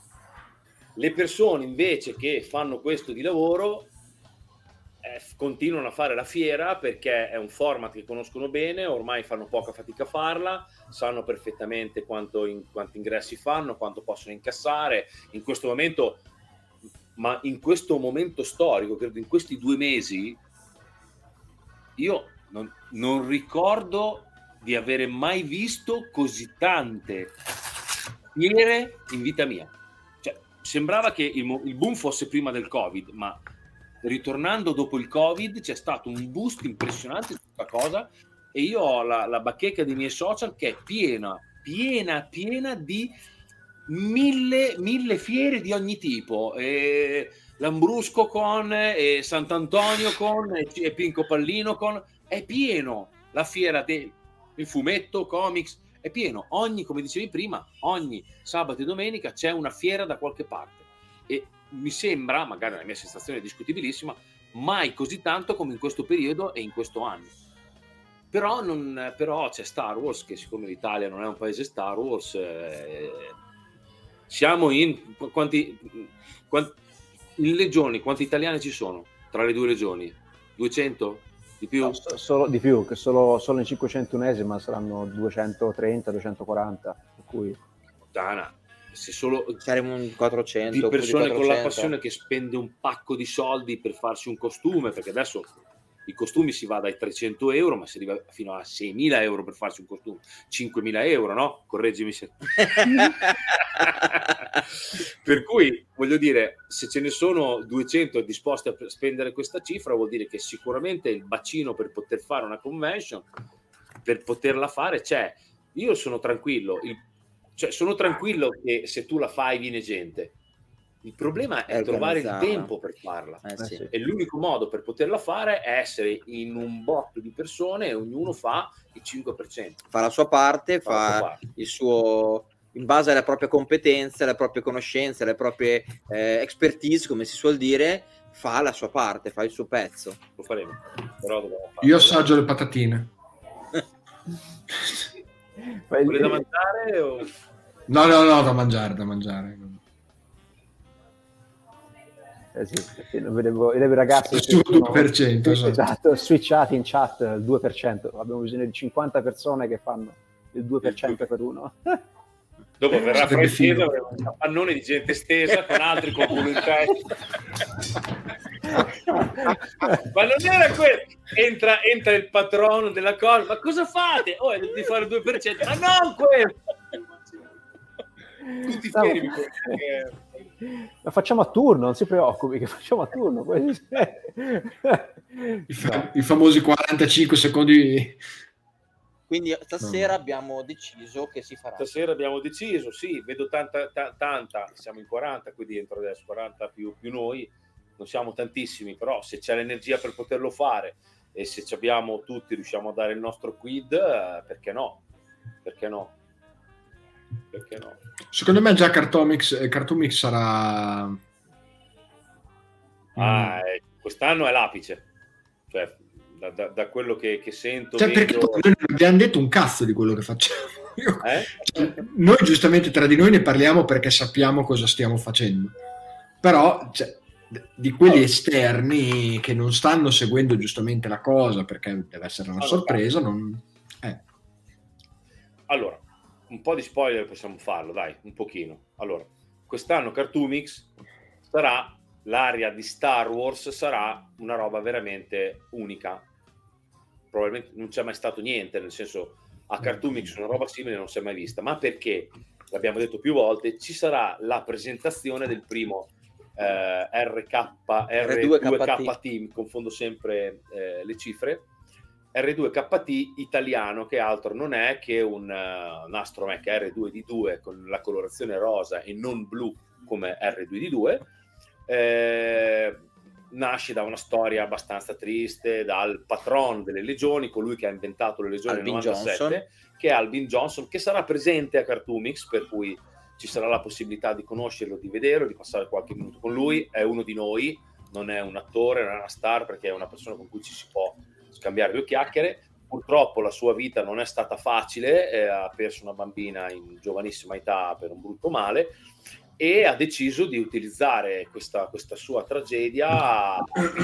Le persone invece che fanno questo di lavoro Eh, continuano a fare la fiera perché è un format che conoscono bene, ormai fanno poca fatica a farla, sanno perfettamente quanto in, quanti ingressi fanno, quanto possono incassare in questo momento, ma in questo momento storico, credo in questi due mesi, io non, non ricordo di avere mai visto così tante fiere in vita mia. Cioè, sembrava che il, il boom fosse prima del Covid, ma ritornando dopo il Covid c'è stato un boost impressionante su questa cosa e io ho la, la bacheca dei miei social che è piena, piena, piena di mille, mille fiere di ogni tipo, e Lambrusco con, e Sant'Antonio con, e, e Pinco Pallino con, è pieno, la fiera del fumetto, comics, è pieno, ogni, come dicevi prima, ogni sabato e domenica c'è una fiera da qualche parte e mi sembra, magari la mia sensazione è discutibilissima, mai così tanto come in questo periodo e in questo anno. Però, non, però c'è Star Wars, che siccome l'Italia non è un paese Star Wars, eh, siamo in quanti, quanti in legioni, quanti italiani ci sono tra le due regioni? duecento? Di più? No, solo di più, che solo, solo in cinquecentunesima saranno duecentotrenta, duecentoquaranta, per cui Dana. Se solo saremo un quattrocento di persone di con la passione che spende un pacco di soldi per farsi un costume, perché adesso i costumi si va dai trecento euro, ma si arriva fino a seimila euro per farsi un costume, cinquemila euro, no? Correggimi se per cui voglio dire, se ce ne sono duecento disposti a spendere questa cifra, vuol dire che sicuramente il bacino per poter fare una convention, per poterla fare c'è. Io sono tranquillo, il Cioè, sono tranquillo che se tu la fai viene gente. Il problema è, è trovare il tempo per farla. Eh, sì. E l'unico modo per poterla fare è essere in un botto di persone e ognuno fa il cinque per cento. Fa la sua parte, fa, fa la sua parte. il suo, in base alle proprie competenze, alle proprie conoscenze, alle proprie eh, expertise, come si suol dire, fa la sua parte, fa il suo pezzo. Lo faremo. Però dobbiamo farlo. Io assaggio le patatine. Vuole da mangiare o... No, no, no, da mangiare, da mangiare. Eh sì, vedevo, vedevo i ragazzi sul due per cento, esatto, esatto, switchati in chat il due per cento. Abbiamo bisogno di cinquanta persone che fanno il due per cento per uno. Dopo verrà francese, avremo un pannone di gente stesa con altri con culo in testa. Ma non era quello. Entra, entra il patrono della cosa. Ma cosa fate? Oh, di fare il due per cento. Ma non quello. Tutti fieri. No. La facciamo a turno, non si preoccupi, che facciamo a turno. I, fa- no. I famosi quarantacinque secondi. Quindi stasera no. abbiamo deciso che si farà. Stasera abbiamo deciso, sì, vedo tanta, t- tanta, siamo in quaranta qui dentro adesso, quaranta più, più noi, non siamo tantissimi, però se c'è l'energia per poterlo fare e se ci abbiamo tutti, riusciamo a dare il nostro quid, eh, perché no? Perché no? Perché no? Secondo me già Cartoomix, Cartoomix sarà... Ah, eh, quest'anno è l'apice. Cioè, da, da, da quello che, che sento... Cioè, vedo... perché noi non abbiamo detto un cazzo di quello che facciamo. Eh? Cioè, noi giustamente tra di noi ne parliamo perché sappiamo cosa stiamo facendo. Però... Cioè, di quelli esterni che non stanno seguendo giustamente la cosa perché deve essere una sorpresa, non... eh. Allora, un po' di spoiler possiamo farlo, dai, un pochino. Allora, quest'anno Cartoomix sarà l'area di Star Wars, sarà una roba veramente unica. Probabilmente non c'è mai stato niente, nel senso, a Cartoomix una roba simile non si è mai vista, ma perché, l'abbiamo detto più volte, ci sarà la presentazione del primo eh, R K, R due K T, mi confondo sempre eh, le cifre, R due K T italiano, che altro non è che un, uh, un Astromech R due D due con la colorazione rosa e non blu come R due D due. Eh, nasce da una storia abbastanza triste, dal patron delle legioni, colui che ha inventato le legioni nel novantasette, Johnson. Che è Albin Johnson, che sarà presente a Cartoomix, per cui ci sarà la possibilità di conoscerlo, di vederlo, di passare qualche minuto con lui. È uno di noi, non è un attore, non è una star, perché è una persona con cui ci si può scambiare due chiacchiere. Purtroppo la sua vita non è stata facile, eh, ha perso una bambina in giovanissima età per un brutto male e ha deciso di utilizzare questa, questa sua tragedia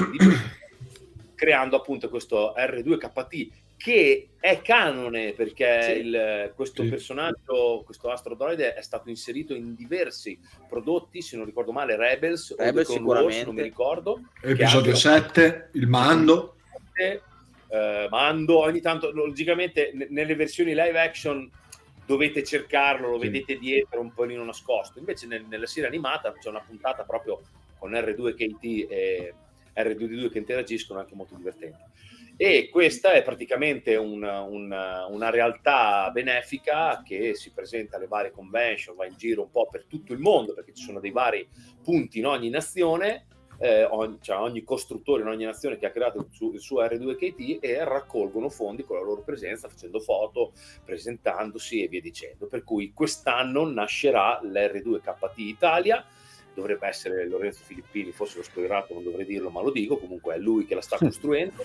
creando appunto questo R due K T che è canone, perché sì. il, questo sì. personaggio, questo astrodroide è stato inserito in diversi prodotti, se non ricordo male Rebels, Rebels o sicuramente Wars, non mi ricordo, episodio sette, il Mando Uh, Mando, ogni tanto logicamente n- nelle versioni live action dovete cercarlo, lo sì. vedete dietro un pochino nascosto, invece nel, nella serie animata c'è una puntata proprio con R due K T e R due D due che interagiscono, anche molto divertente, e questa è praticamente una, una, una realtà benefica che si presenta alle varie convention, va in giro un po' per tutto il mondo perché ci sono dei vari punti in ogni nazione. Eh, ogni, cioè ogni costruttore in ogni nazione che ha creato il suo, il suo R due K T e raccolgono fondi con la loro presenza, facendo foto, presentandosi e via dicendo. Per cui quest'anno nascerà l'R due K T Italia, dovrebbe essere Lorenzo Filippini, forse l'ho spoilerato, non dovrei dirlo, ma lo dico, comunque è lui che la sta costruendo.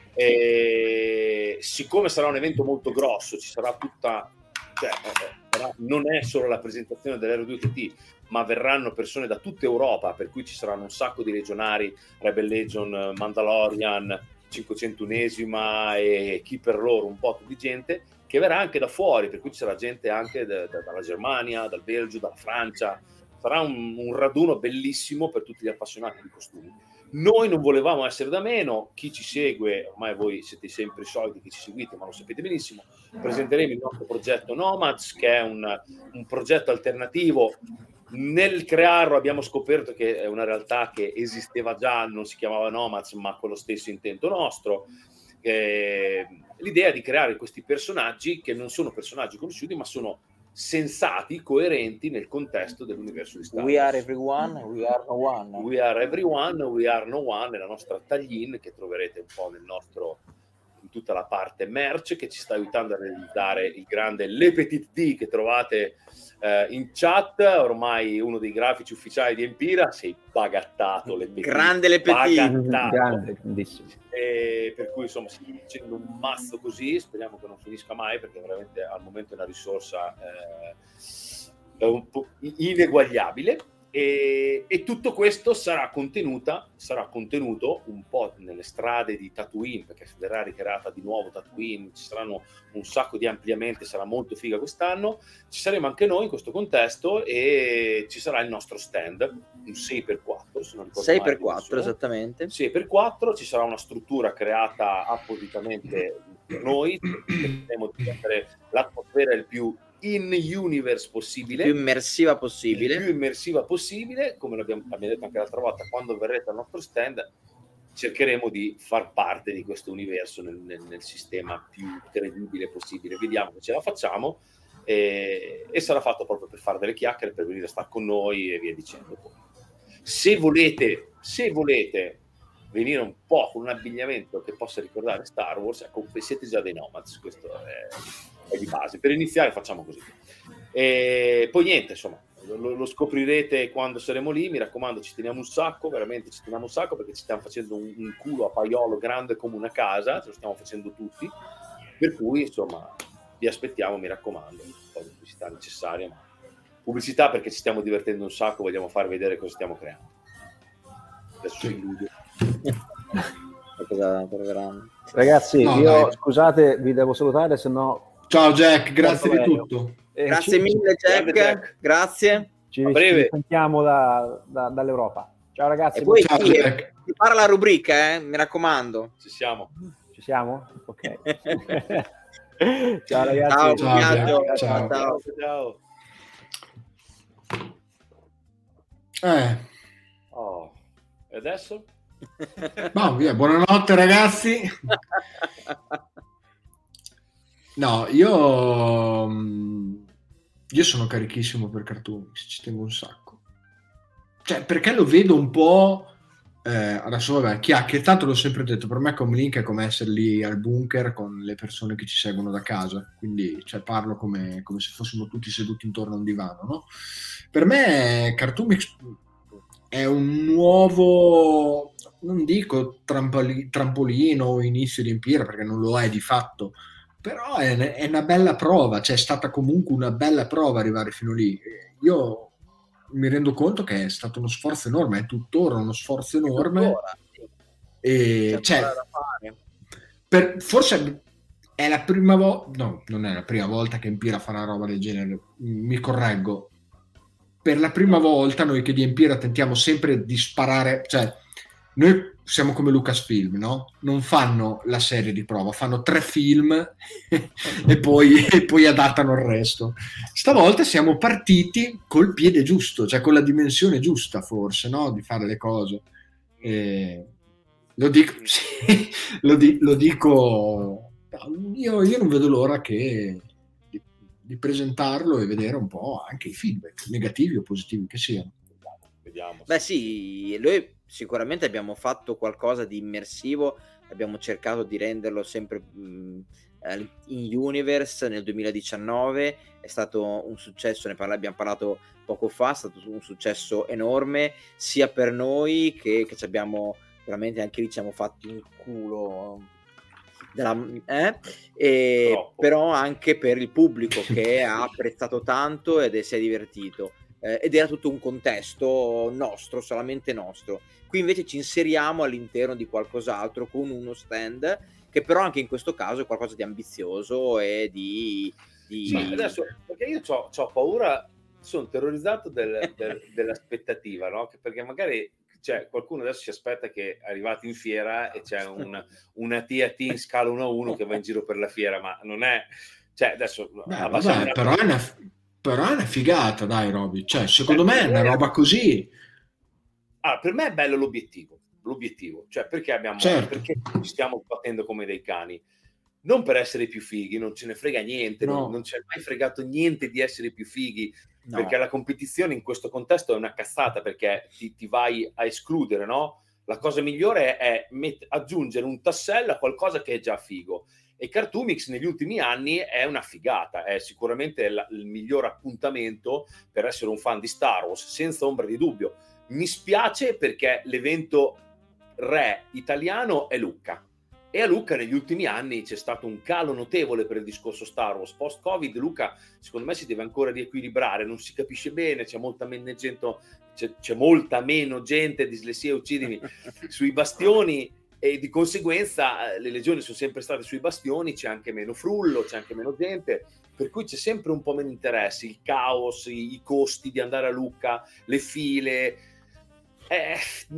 E siccome sarà un evento molto grosso, ci sarà tutta, cioè, eh, non è solo la presentazione dell'R due K T, ma verranno persone da tutta Europa, per cui ci saranno un sacco di legionari, Rebel Legion, Mandalorian, cinquecentunesima e chi per loro, un po' di gente che verrà anche da fuori, per cui ci sarà gente anche da, da, dalla Germania, dal Belgio, dalla Francia. Sarà un, un raduno bellissimo per tutti gli appassionati di costumi. Noi non volevamo essere da meno, chi ci segue, ormai voi siete sempre i soliti che ci seguite, ma lo sapete benissimo, presenteremo il nostro progetto Nomads, che è un, un progetto alternativo. Nel crearlo abbiamo scoperto che è una realtà che esisteva già, non si chiamava Nomads, ma con lo stesso intento nostro. Eh, l'idea di creare questi personaggi che non sono personaggi conosciuti, ma sono sensati, coerenti nel contesto dell'universo di Star Wars. We are everyone, we are no one. We are everyone, we are no one è la nostra tagline che troverete un po' nel nostro, in tutta la parte merch, che ci sta aiutando a realizzare il grande Le Petit D che trovate eh, in chat. Ormai uno dei grafici ufficiali di Empira, sei bagattato Le Petit. Grande Le Petit, grande, grandissimo. E per cui insomma stiamo facendo un mazzo così, speriamo che non finisca mai, perché veramente al momento è una risorsa eh, un po' ineguagliabile. E, e tutto questo sarà contenuta sarà contenuto un po' nelle strade di Tatooine, perché verrà ricreata di nuovo Tatooine, ci saranno un sacco di ampliamenti, sarà molto figa quest'anno. Ci saremo anche noi in questo contesto e ci sarà il nostro stand, un sei per quattro, se non ricordo sei per quattro esattamente, sei per quattro. Ci sarà una struttura creata appositamente per noi, cercheremo di mettere l'atmosfera il più in universe possibile, più immersiva possibile, più immersiva possibile, come l'abbiamo abbiamo detto anche l'altra volta. Quando verrete al nostro stand cercheremo di far parte di questo universo nel, nel, nel sistema più credibile possibile. Vediamo che ce la facciamo e, e sarà fatto proprio per fare delle chiacchiere, per venire a stare con noi e via dicendo. Se volete, se volete venire un po' con un abbigliamento che possa ricordare Star Wars, ecco, siete già dei nomads, questo è, è di base. Per iniziare facciamo così. E poi niente, insomma, lo, lo scoprirete quando saremo lì. Mi raccomando, ci teniamo un sacco, veramente ci teniamo un sacco, perché ci stiamo facendo un, un culo a paiolo grande come una casa, ce lo stiamo facendo tutti, per cui insomma vi aspettiamo, mi raccomando, un po' di pubblicità necessaria, ma pubblicità perché ci stiamo divertendo un sacco, vogliamo far vedere cosa stiamo creando. Adesso sì. Cosa troveranno. Ragazzi, No, io dai. scusate, vi devo salutare, se no... Ciao Jack, grazie di tutto. Eh, Grazie ci, mille Jack, Grande Jack. grazie. Ci, A breve. ci sentiamo da, da, dall'Europa. Ciao ragazzi, E poi Ciao, sì, Jack. ti parla la rubrica, eh, mi raccomando. Ci siamo. ci siamo? Ok. Ciao ragazzi. Ciao, Ciao, viaggio. Jack. Ciao. Ciao. Ciao. Eh, Oh. E adesso? no, via, buonanotte ragazzi. No, io mm, io sono carichissimo per Cartoonix, ci tengo un sacco. Cioè, perché lo vedo un po'... Eh, adesso vabbè, chiacchiere, tanto l'ho sempre detto, per me Comlink è come essere lì al bunker con le persone che ci seguono da casa, quindi cioè, parlo come, come se fossimo tutti seduti intorno a un divano, no? Per me Cartoonix è un nuovo, non dico trampoli- trampolino o inizio di Empira, perché non lo è di fatto, però è, è una bella prova, cioè è stata comunque una bella prova arrivare fino lì. Io mi rendo conto che è stato uno sforzo enorme, è tuttora uno sforzo enorme. Tuttora, sì. E C'è cioè, ancora da fare. per, forse è la prima volta, no, non è la prima volta che Empira fa una roba del genere, mi correggo. Per la prima volta noi che di Empira tentiamo sempre di sparare, cioè noi siamo come Lucasfilm, no? Non fanno la serie di prova, fanno tre film e, poi, e poi adattano il resto. Stavolta siamo partiti col piede giusto, cioè con la dimensione giusta forse, no? Di fare le cose. E lo dico, sì, lo, di, lo dico, io, io non vedo l'ora che di, di presentarlo e vedere un po' anche i feedback, negativi o positivi che siano. Vediamo. Beh sì, noi sicuramente abbiamo fatto qualcosa di immersivo, abbiamo cercato di renderlo sempre mh, in universe. Nel duemiladiciannove è stato un successo, ne parla, abbiamo parlato poco fa, è stato un successo enorme sia per noi che, che ci abbiamo veramente anche lì ci siamo fatti un culo della, eh? E, però anche per il pubblico che ha apprezzato tanto ed è, si è divertito. Eh, ed era tutto un contesto nostro, solamente nostro. Qui invece ci inseriamo all'interno di qualcos'altro con uno stand che però anche in questo caso è qualcosa di ambizioso e di... di... Sì, adesso, perché io ho paura, sono terrorizzato del, del, dell'aspettativa, no? Che perché magari cioè, qualcuno adesso si aspetta che è arrivato in fiera e c'è un, una T A T in scala uno a uno che va in giro per la fiera, ma non è... Cioè, adesso... Beh, vabbè, però è una... Però è una figata, dai, Roby. Cioè, secondo me è una roba così. Ah, per me è bello l'obiettivo. L'obiettivo, cioè perché abbiamo certo. perché ci stiamo battendo come dei cani. Non per essere più fighi, non ce ne frega niente, no. non, non ci è mai fregato niente di essere più fighi, no. Perché la competizione in questo contesto è una cazzata, perché ti, ti vai a escludere, no? La cosa migliore è met- aggiungere un tassello a qualcosa che è già figo. E Cartoomix negli ultimi anni è una figata, è sicuramente la, il miglior appuntamento per essere un fan di Star Wars, senza ombra di dubbio. Mi spiace perché l'evento re italiano è Lucca, e a Lucca negli ultimi anni c'è stato un calo notevole per il discorso Star Wars. Post-Covid Lucca secondo me si deve ancora riequilibrare, non si capisce bene, c'è molta meno gente, c'è, c'è molta meno gente, dislessia uccidimi, sui bastioni, e di conseguenza le legioni sono sempre state sui bastioni, c'è anche meno frullo, c'è anche meno gente, per cui c'è sempre un po' meno interesse, il caos, i, i costi di andare a Lucca, le file, è,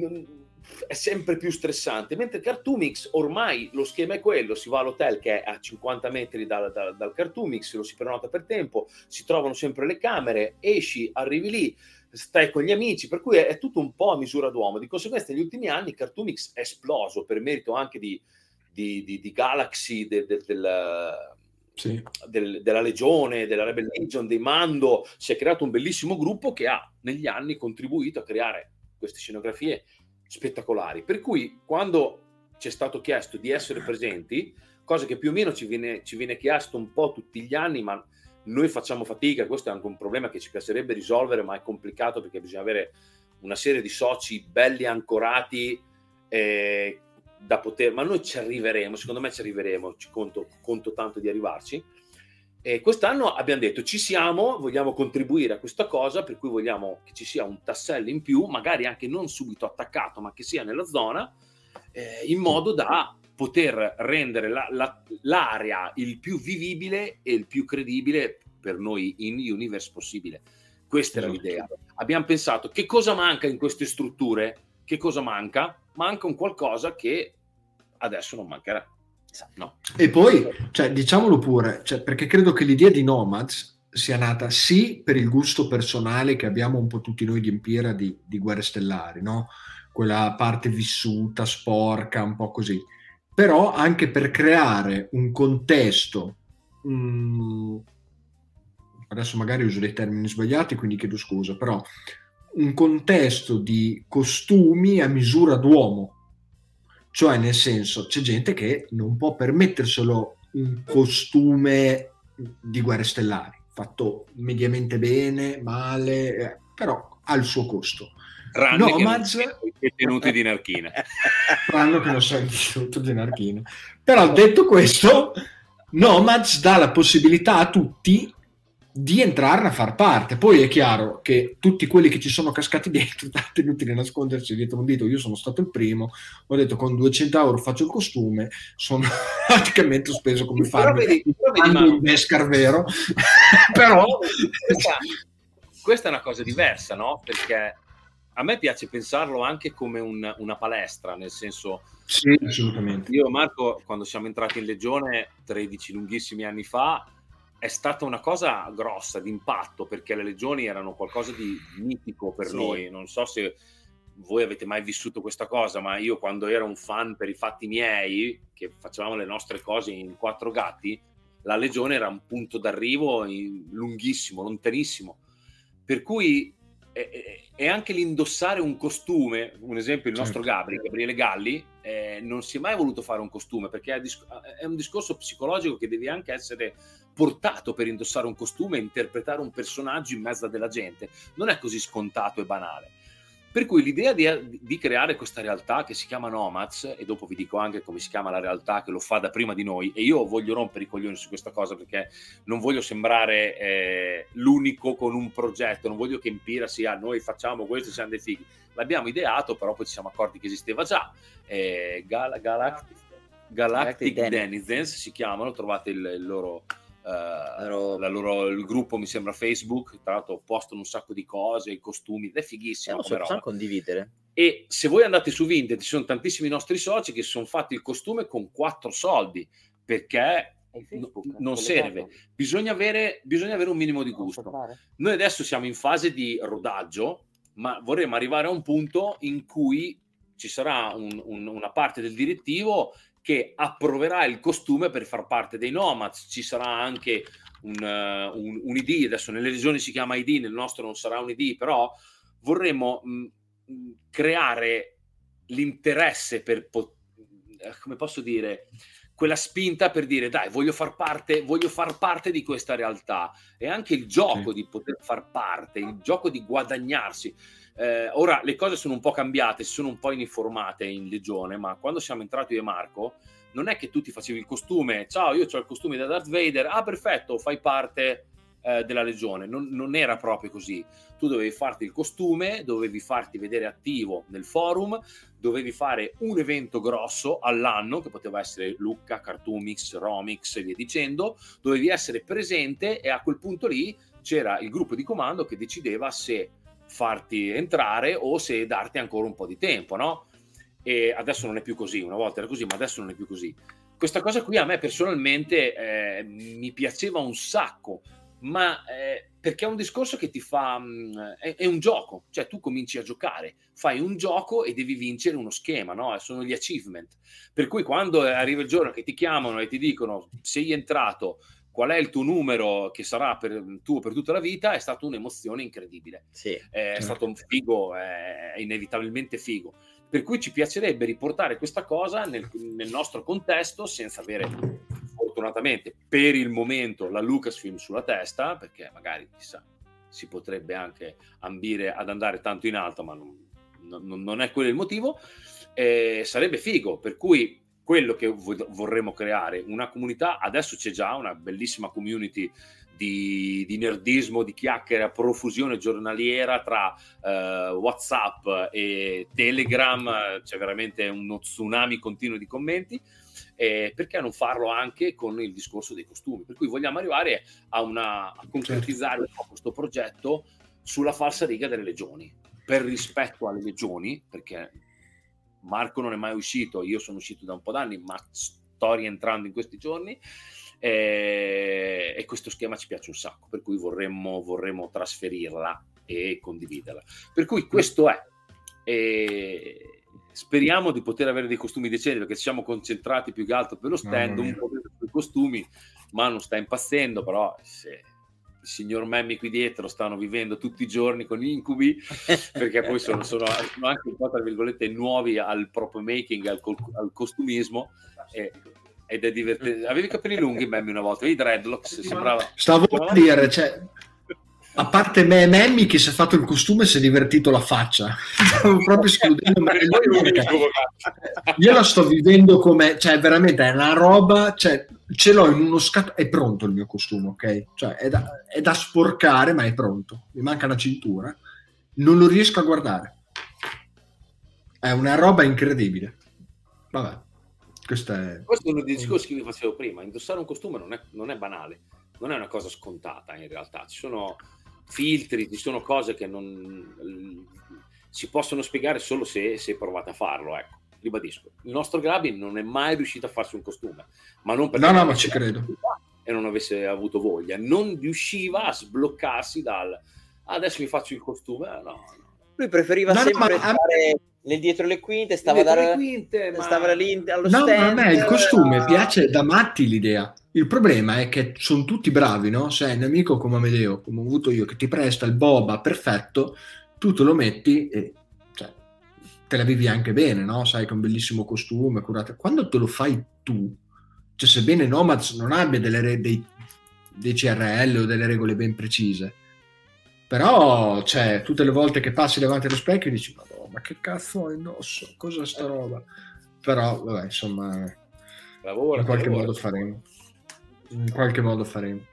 è sempre più stressante. Mentre Cartoomix ormai lo schema è quello, si va all'hotel che è a cinquanta metri dal, dal, dal Cartoomix, lo si prenota per tempo, si trovano sempre le camere, esci, arrivi lì, stai con gli amici, per cui è, è tutto un po' a misura d'uomo. Di conseguenza negli ultimi anni Cartoomix è esploso per merito anche di, di, di, di Galaxy, de, de, del, sì. del, della Legione, della Rebel Legion, dei Mando. Si è creato un bellissimo gruppo che ha negli anni contribuito a creare queste scenografie spettacolari. Per cui quando ci è stato chiesto di essere presenti, cosa che più o meno ci viene, ci viene chiesto un po' tutti gli anni, ma noi facciamo fatica, questo è anche un problema che ci piacerebbe risolvere, ma è complicato perché bisogna avere una serie di soci belli ancorati eh, da poter, ma noi ci arriveremo, secondo me ci arriveremo, ci conto, conto tanto di arrivarci. E quest'anno abbiamo detto ci siamo, vogliamo contribuire a questa cosa, per cui vogliamo che ci sia un tassello in più, magari anche non subito attaccato, ma che sia nella zona, eh, in modo da poter rendere la, la, l'area il più vivibile e il più credibile per noi in universe possibile. Questa era l'idea. Abbiamo pensato che cosa manca in queste strutture? Che cosa manca? Manca un qualcosa che adesso non mancherà. No. E poi, cioè, diciamolo pure, cioè, perché credo che l'idea di Nomads sia nata sì per il gusto personale che abbiamo un po' tutti noi di Empira di, di Guerre Stellari, no? Quella parte vissuta, sporca, un po' così, però anche per creare un contesto, mh, adesso magari uso dei termini sbagliati, quindi chiedo scusa, però un contesto di costumi a misura d'uomo. Cioè, nel senso, c'è gente che non può permetterselo un costume di Guerre Stellari, fatto mediamente bene, male, eh, però ha il suo costo. Tranne Nomads, che non i tenuti di Narchina. Tranne che non sei tenuto di Narchina. Però detto questo, Nomads dà la possibilità a tutti di entrarne a far parte. Poi è chiaro che tutti quelli che ci sono cascati dentro, tanto inutile nascondersi dietro un dito. Io sono stato il primo, ho detto con duecento euro faccio il costume, sono praticamente speso come farmi un Beskar vero. Però questa, questa è una cosa diversa, no? Perché a me piace pensarlo anche come un, una palestra, nel senso, sì, assolutamente. Io e Marco, quando siamo entrati in Legione tredici lunghissimi anni fa, è stata una cosa grossa, di impatto, perché le legioni erano qualcosa di mitico per sì. noi. Non so se voi avete mai vissuto questa cosa, ma io quando ero un fan per i fatti miei, che facevamo le nostre cose in quattro gatti, la legione era un punto d'arrivo in, lunghissimo, lontanissimo. Per cui è, è anche l'indossare un costume, un esempio il nostro certo. Gabri, Gabriele Galli, eh, non si è mai voluto fare un costume, perché è, dis- è un discorso psicologico che devi anche essere portato per indossare un costume e interpretare un personaggio in mezzo a della gente. Non è così scontato e banale. Per cui l'idea di, di creare questa realtà che si chiama Nomads, e dopo vi dico anche come si chiama la realtà che lo fa da prima di noi, e io voglio rompere i coglioni su questa cosa perché non voglio sembrare eh, l'unico con un progetto, non voglio che Empira sia noi facciamo questo, siamo dei fighi. L'abbiamo ideato, però poi ci siamo accorti che esisteva già. Eh, Gal- Galactic, Galactic Denizens si chiamano, trovate il, il loro... Uh, la loro, il gruppo mi sembra Facebook, tra l'altro postano un sacco di cose, i costumi, ed è fighissimo, eh, come possiamo condividere. E se voi andate su Vinted ci sono tantissimi nostri soci che si sono fatti il costume con quattro soldi, perché Facebook, n- non serve, bisogna avere, bisogna avere un minimo di gusto. Noi adesso siamo in fase di rodaggio, ma vorremmo arrivare a un punto in cui ci sarà un, un, una parte del direttivo che approverà il costume per far parte dei Nomads. Ci sarà anche un, uh, un, un I D, adesso nelle regioni si chiama I D, nel nostro non sarà un I D, però vorremmo mh, creare l'interesse per, come posso dire, quella spinta per dire dai, voglio far parte, voglio far parte di questa realtà, e anche il gioco sì. di poter far parte, il gioco di guadagnarsi. Eh, ora le cose sono un po' cambiate, si sono un po' uniformate in Legione, ma quando siamo entrati io e Marco non è che tu ti facevi il costume, ciao io ho il costume da Darth Vader, ah perfetto, fai parte eh, della Legione. Non, non era proprio così. Tu dovevi farti il costume, dovevi farti vedere attivo nel forum, dovevi fare un evento grosso all'anno, che poteva essere Lucca, Cartoomix, Romix e via dicendo, dovevi essere presente, e a quel punto lì c'era il gruppo di comando che decideva se farti entrare o se darti ancora un po' di tempo, no? E adesso non è più così, una volta era così, ma adesso non è più così. Questa cosa qui a me personalmente eh, mi piaceva un sacco, ma eh, perché è un discorso che ti fa, mh, è, è un gioco, cioè tu cominci a giocare, fai un gioco e devi vincere uno schema, no? Sono gli achievement, per cui quando arriva il giorno che ti chiamano e ti dicono sei entrato, qual è il tuo numero che sarà per, tuo per tutta la vita, è stata un'emozione incredibile. Sì, è certo. stato un figo, è inevitabilmente figo. per cui ci piacerebbe riportare questa cosa nel, nel nostro contesto, senza avere fortunatamente per il momento la Lucasfilm sulla testa, perché magari chissà si potrebbe anche ambire ad andare tanto in alto, ma non, non, non è quello il motivo. Eh, sarebbe figo, per cui quello che vorremmo creare, una comunità, adesso c'è già una bellissima community di, di nerdismo, di chiacchiere a profusione giornaliera tra eh, WhatsApp e Telegram, c'è veramente uno tsunami continuo di commenti. Eh, perché non farlo anche con il discorso dei costumi? Per cui vogliamo arrivare a, una, a concretizzare un po' questo progetto sulla falsariga delle legioni, per rispetto alle legioni, perché Marco non è mai uscito, io sono uscito da un po' d'anni, ma sto rientrando in questi giorni, eh, e questo schema ci piace un sacco, per cui vorremmo, vorremmo trasferirla e condividerla. Per cui questo è. E speriamo di poter avere dei costumi decenti, perché ci siamo concentrati più che altro per lo stand, un po' sui costumi, ma non sta impazzendo, però se il signor Memmi qui dietro stanno vivendo tutti i giorni con incubi, perché poi sono, sono, sono anche un po' tra virgolette nuovi al proprio making, al, al costumismo, e, ed è divertente. Avevi i capelli lunghi, Memmi, una volta, i dreadlocks, sembrava... Stavo a dire, cioè... A parte me e Memmi che si è fatto il costume, si è divertito la faccia. Stavo proprio escludendo me. Io la sto vivendo come, cioè veramente è una roba, cioè ce l'ho in uno scatto, è pronto il mio costume, ok? Cioè è da, è da sporcare, ma è pronto. Mi manca una cintura, non lo riesco a guardare. È una roba incredibile. Vabbè, questo è... Questo è uno dei discorsi che vi facevo prima. Indossare un costume non è, non è banale, non è una cosa scontata in realtà. Ci sono filtri, ci sono cose che non si possono spiegare solo se, se provate a farlo, ecco. Ribadisco, il nostro Gabi non è mai riuscito a farsi un costume, ma non perché no, no, ma ci credo, e non avesse avuto voglia, non riusciva a sbloccarsi dal adesso mi faccio il costume, no, no. Lui preferiva no, sempre no, stare a... nel dietro le quinte, stava dietro da... le quinte, ma... stava lì allo no, stand. Ma a me il costume piace da matti l'idea. Il problema è che sono tutti bravi, no? Se hai un amico come Amedeo, come ho avuto io, che ti presta il boba perfetto, tu te lo metti e cioè, te la vivi anche bene, no? Sai che è un bellissimo costume, curato. Quando te lo fai tu, cioè sebbene Nomads non abbia delle, dei, dei C R L o delle regole ben precise, però cioè, tutte le volte che passi davanti allo specchio dici ma che cazzo ho indosso? Cosa sta roba? Però vabbè, insomma, lavora, in qualche lavora. modo faremo. In qualche modo faremo.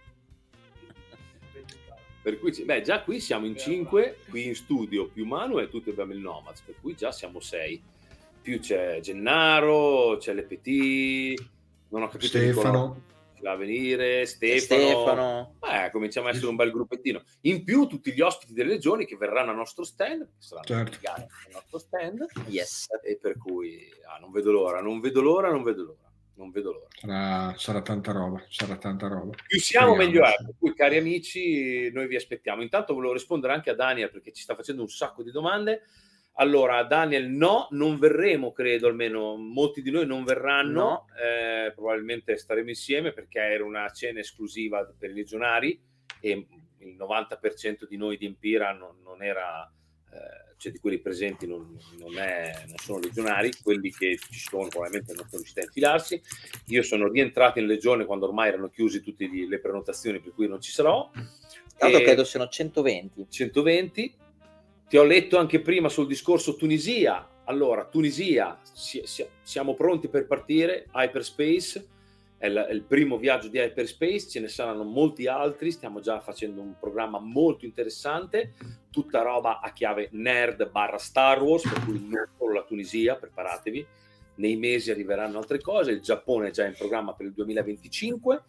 Per cui, beh, già qui siamo in cinque, qui in studio, più Manu e tutti abbiamo il Nomads, per cui già siamo sei. Più c'è Gennaro, c'è l'E P T, non ho capito Stefano. Ci va a venire, Stefano. Stefano. Beh, cominciamo a essere un bel gruppettino. In più tutti gli ospiti delle legioni che verranno al nostro stand, che saranno certo. al nostro stand. Yes. E per cui ah, non vedo l'ora, non vedo l'ora, non vedo l'ora. Non vedo l'ora. Sarà, sarà tanta roba, sarà tanta roba. Più siamo meglio è. Per cui, cari amici, noi vi aspettiamo. Intanto volevo rispondere anche a Daniel perché ci sta facendo un sacco di domande. Allora, Daniel, no, non verremo, credo, almeno molti di noi non verranno. No. Eh, probabilmente staremo insieme perché era una cena esclusiva per i legionari e il novanta per cento di noi di Empira non, non era... Eh, cioè di quelli presenti non, non, è, non sono legionari, quelli che ci sono probabilmente non sono riusciti a infilarsi. Io sono rientrato in legione quando ormai erano chiusi tutte le prenotazioni, per cui non ci sarò. Tanto credo siano centoventi. centoventi. Ti ho letto anche prima sul discorso Tunisia. Allora, Tunisia, si, si, siamo pronti per partire, Hyperspace. È, la, è il primo viaggio di Hyperspace, ce ne saranno molti altri, stiamo già facendo un programma molto interessante, tutta roba a chiave nerd barra Star Wars, per cui non solo la Tunisia, preparatevi, nei mesi arriveranno altre cose, il Giappone è già in programma per il duemilaventicinque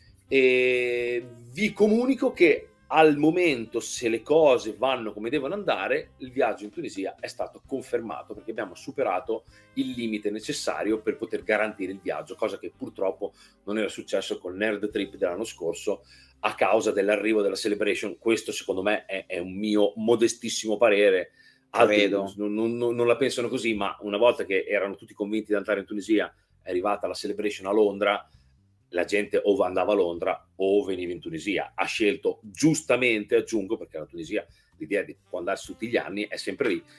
e vi comunico che al momento, se le cose vanno come devono andare, il viaggio in Tunisia è stato confermato perché abbiamo superato il limite necessario per poter garantire il viaggio, cosa che purtroppo non era successo col Nerd Trip dell'anno scorso a causa dell'arrivo della Celebration. Questo secondo me è, è un mio modestissimo parere. Altri non, non, non la pensano così, ma una volta che erano tutti convinti di andare in Tunisia, è arrivata la Celebration a Londra, la gente o andava a Londra o veniva in Tunisia. Ha scelto giustamente, aggiungo, perché la Tunisia l'idea di può andarsi tutti gli anni è sempre lì,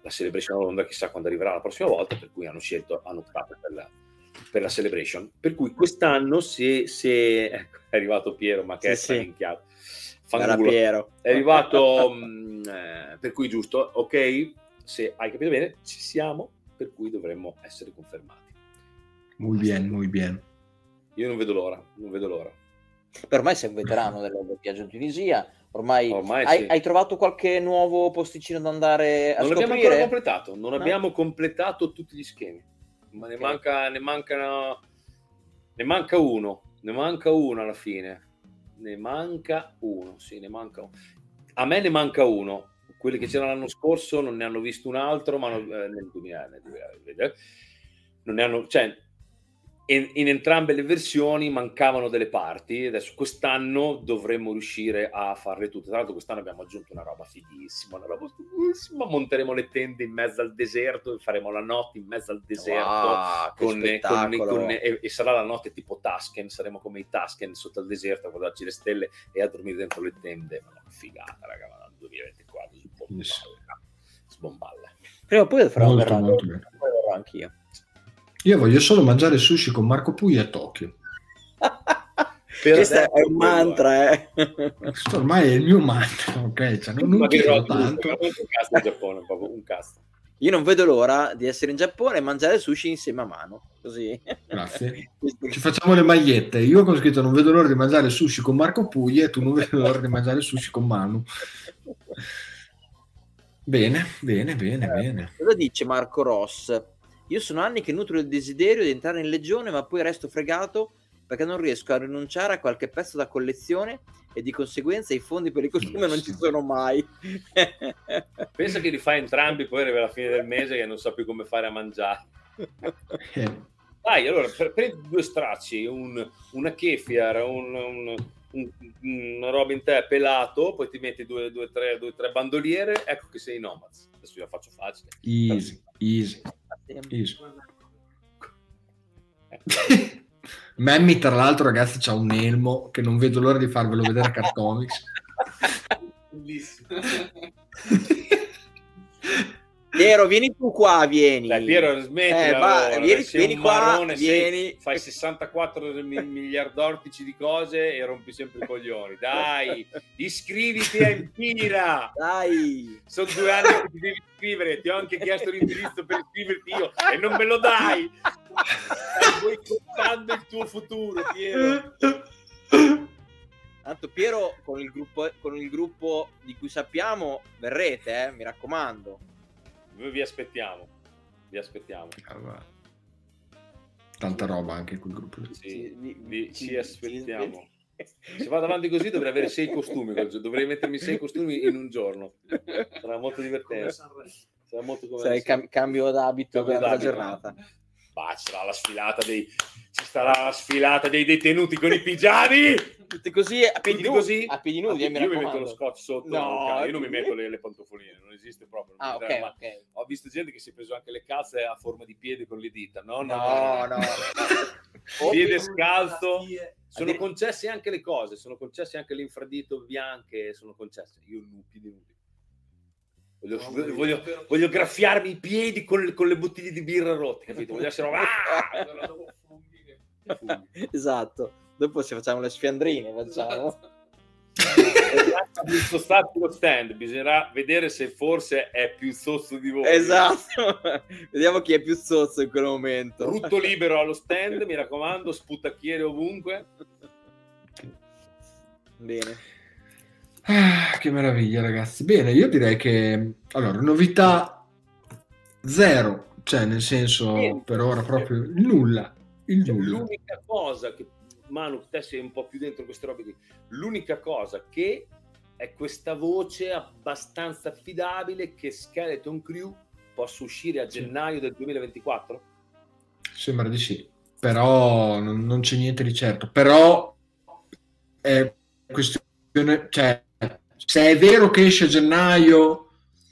la Celebration a Londra chissà quando arriverà la prossima volta, per cui hanno scelto, hanno optato per la, per la Celebration, per cui quest'anno se, se ecco, è arrivato Piero, ma che Sì, è sì. minchiato, Era Piero. è arrivato mh, eh, per cui giusto, ok, se hai capito bene ci siamo, per cui dovremmo essere confermati. Muy bien, muy bien. Io non vedo l'ora, non vedo l'ora. Per ormai sei un veterano del viaggio in Tunisia, ormai, Ormai hai, sì. hai trovato qualche nuovo posticino da andare a Non abbiamo ancora scoprire? completato, non No? abbiamo completato tutti gli schemi, ma ne Ok. manca, ne mancano, ne manca uno, ne manca uno alla fine, ne manca uno, sì, ne manca uno. A me ne manca uno, quelli che c'erano l'anno scorso non ne hanno visto un altro, ma non, eh, nel duemila, nel duemila, non ne hanno, cioè, in, in entrambe le versioni mancavano delle parti. Adesso quest'anno dovremmo riuscire a farle tutte. Tra l'altro quest'anno abbiamo aggiunto una roba fighissima, una roba fighissima. Monteremo le tende in mezzo al deserto e faremo la notte in mezzo al deserto. Wow, che con, con, spettacolo. con, e, e sarà la notte tipo Tusken, saremo come i Tusken sotto al deserto a guardarci le stelle e a dormire dentro le tende. Ma no, figata, raga, ma nel duemilaventiquattro sbomballa. Prima o poi farò Molto, verrò, molto bene. poi verrò anch'io. Io voglio solo mangiare sushi con Marco Puglia a Tokyo. Questo è un mantra, eh. Questo ormai è il mio mantra, ok? Cioè, non, non Ma che chiedo roba, tanto. un cast in Giappone, proprio un cast. Io non vedo l'ora di essere in Giappone e mangiare sushi insieme a mano, così. Grazie. Ci facciamo le magliette. Io ho scritto non vedo l'ora di mangiare sushi con Marco Puglia e tu non vedi l'ora di mangiare sushi con Manu. Bene, bene, bene, bene. Cosa dice Marco Ross? Io sono anni che nutro il desiderio di entrare in legione, ma poi resto fregato perché non riesco a rinunciare a qualche pezzo da collezione e di conseguenza i fondi per il costume non ci sono mai. Pensa che li fai entrambi, poi arriva la fine del mese che non sa più come fare a mangiare. Eh, Dai, allora, pre- prendi due stracci, un, una kefir, un, un, un, una roba in te pelato, poi ti metti due, due, tre, due, tre bandoliere, ecco che sei nomads. Adesso io la faccio facile. easy, easy, easy. Memmi, tra l'altro, ragazzi, c'ha un elmo che non vedo l'ora di farvelo vedere a Cartomics. Bellissimo. Piero, vieni tu qua, vieni. Dai, Piero, smetti. Eh, va, allora, vieni, sei vieni un qua, marrone, vieni. sei- fai sessantaquattro mi- miliardortici di cose e rompi sempre i coglioni. Dai, iscriviti a Empira. Dai. Sono due anni che ti devi iscrivere, ti ho anche chiesto l'indirizzo per iscriverti io e non me lo dai. Stai boicottando il tuo futuro, Piero. Tanto Piero con il gruppo, con il gruppo di cui sappiamo verrete, eh, mi raccomando. Noi vi aspettiamo, vi aspettiamo. Tanta roba anche quel gruppo. Sì, vi- vi- ci- ci aspettiamo. Se vado avanti così dovrei avere sei costumi, dovrei mettermi sei costumi in un giorno. Sarà molto divertente. Sarà molto come Sai, cam- cambio d'abito Cambio per la d'abito. giornata. Bah, ci sarà la sfilata dei ci sarà la sfilata dei detenuti con i pigiami. Tutti così, a piedi Tutti nudi, così? a piedi nudi, Ah, eh, mi io mi raccomando. metto lo scotch sotto, No, io non mi tu- metto le, le pantofoline, non esiste proprio. non Ah, mi ok, interessa, ma ok. ho visto gente che si è preso anche le calze a forma di piede con le dita. No, no, No, no. Piede scalzo. Sono Addir- concesse anche le cose, sono concesse anche le infradito bianche, sono concesse. Io nu, piedi nudi. Voglio, No, voglio, davvero. voglio graffiarmi i piedi con, le- con le bottiglie di birra rotte, capito? Voglio essere... Ah! Esatto. Dopo se facciamo le sfiandrine, facciamo. Il sostantivo stand, bisognerà vedere se forse è più zozzo di voi. Esatto. Vediamo chi è più zozzo in quel momento. Rutto libero allo stand, mi raccomando, sputacchiere ovunque. Bene. Ah, che meraviglia, ragazzi. Bene, io direi che allora, novità zero, cioè nel senso Niente. per ora proprio il nulla, il Cioè, nulla. l'unica cosa che Manu, te sei un po' più dentro queste robe qui. L'unica cosa che è questa voce abbastanza affidabile che Skeleton Crew possa uscire a Sì. gennaio del duemilaventiquattro. Sembra di sì, però non, non c'è niente di certo. Però è questione, cioè, se è vero che esce a gennaio,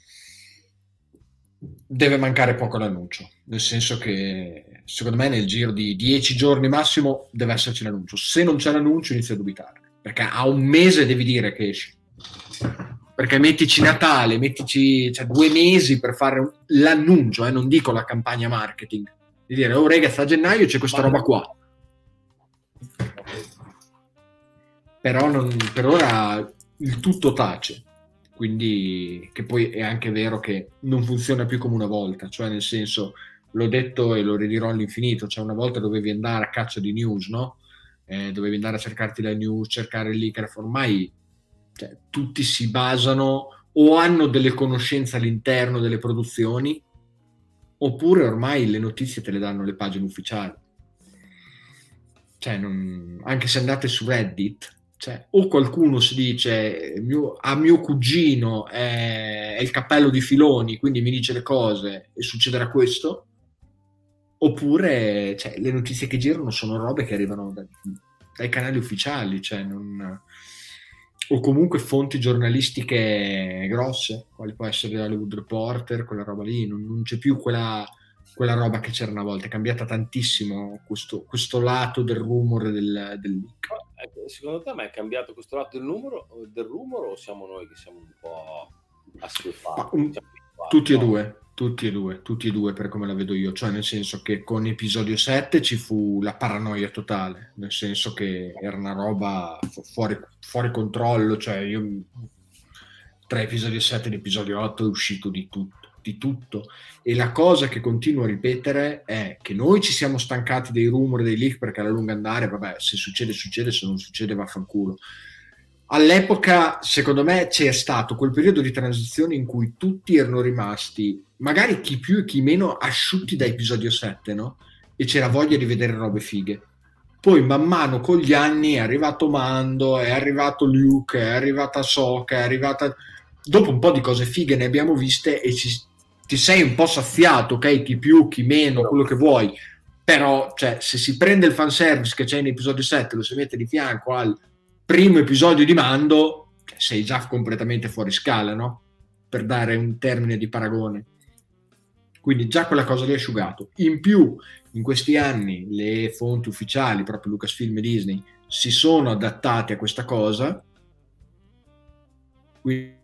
deve mancare poco l'annuncio, nel senso che secondo me nel giro di dieci giorni massimo deve esserci l'annuncio. Se non c'è l'annuncio inizio a dubitare, perché a un mese devi dire che esce. perché mettici Natale, mettici cioè, due mesi per fare l'annuncio, eh, non dico la campagna marketing, di dire oh ragazzi a gennaio c'è questa roba qua, però non, per ora il tutto tace, quindi che poi è anche vero che non funziona più come una volta, cioè nel senso, l'ho detto e lo ridirò all'infinito, cioè una volta dovevi andare a caccia di news, no? Eh, dovevi andare a cercarti la news, cercare il leaker, ormai cioè, tutti si basano o hanno delle conoscenze all'interno delle produzioni oppure ormai le notizie te le danno le pagine ufficiali, cioè non, anche se andate su Reddit, cioè, o qualcuno si dice mio, a mio cugino è, è il cappello di Filoni quindi mi dice le cose e succederà questo, oppure cioè, le notizie che girano sono robe che arrivano da, dai canali ufficiali, cioè non, o comunque fonti giornalistiche grosse, quali può essere Hollywood Reporter, quella roba lì, non, non c'è più quella, quella roba che c'era una volta, è cambiata tantissimo questo, questo lato del rumore del, del leak. Secondo te ma è cambiato questo lato del numero del rumore o siamo noi che siamo un po' assuefatti? Un, tutti no? e due tutti e due tutti e due per come la vedo io, cioè nel senso che con episodio sette ci fu la paranoia totale, nel senso che era una roba fuori, fuori controllo, cioè io tra episodio sette e episodio otto è uscito di tutto di tutto e la cosa che continuo a ripetere è che noi ci siamo stancati dei rumori, dei leak, perché alla lunga andare vabbè, se succede succede, se non succede vaffanculo. All'epoca secondo me c'è stato quel periodo di transizione in cui tutti erano rimasti magari chi più e chi meno asciutti da episodio sette, no? E c'era voglia di vedere robe fighe. Poi man mano con gli anni è arrivato Mando, è arrivato Luke, è arrivata Ahsoka, è arrivata dopo un po' di cose fighe ne abbiamo viste e ci ti sei un po' saziato, ok? Chi più, chi meno, quello che vuoi, però cioè, se si prende il fanservice che c'è in episodio sette, lo si mette di fianco al primo episodio di Mando, cioè, sei già completamente fuori scala, no? Per dare un termine di paragone. Quindi già quella cosa lì è asciugato. In più, in questi anni, le fonti ufficiali, proprio Lucasfilm e Disney, si sono adattate a questa cosa, quindi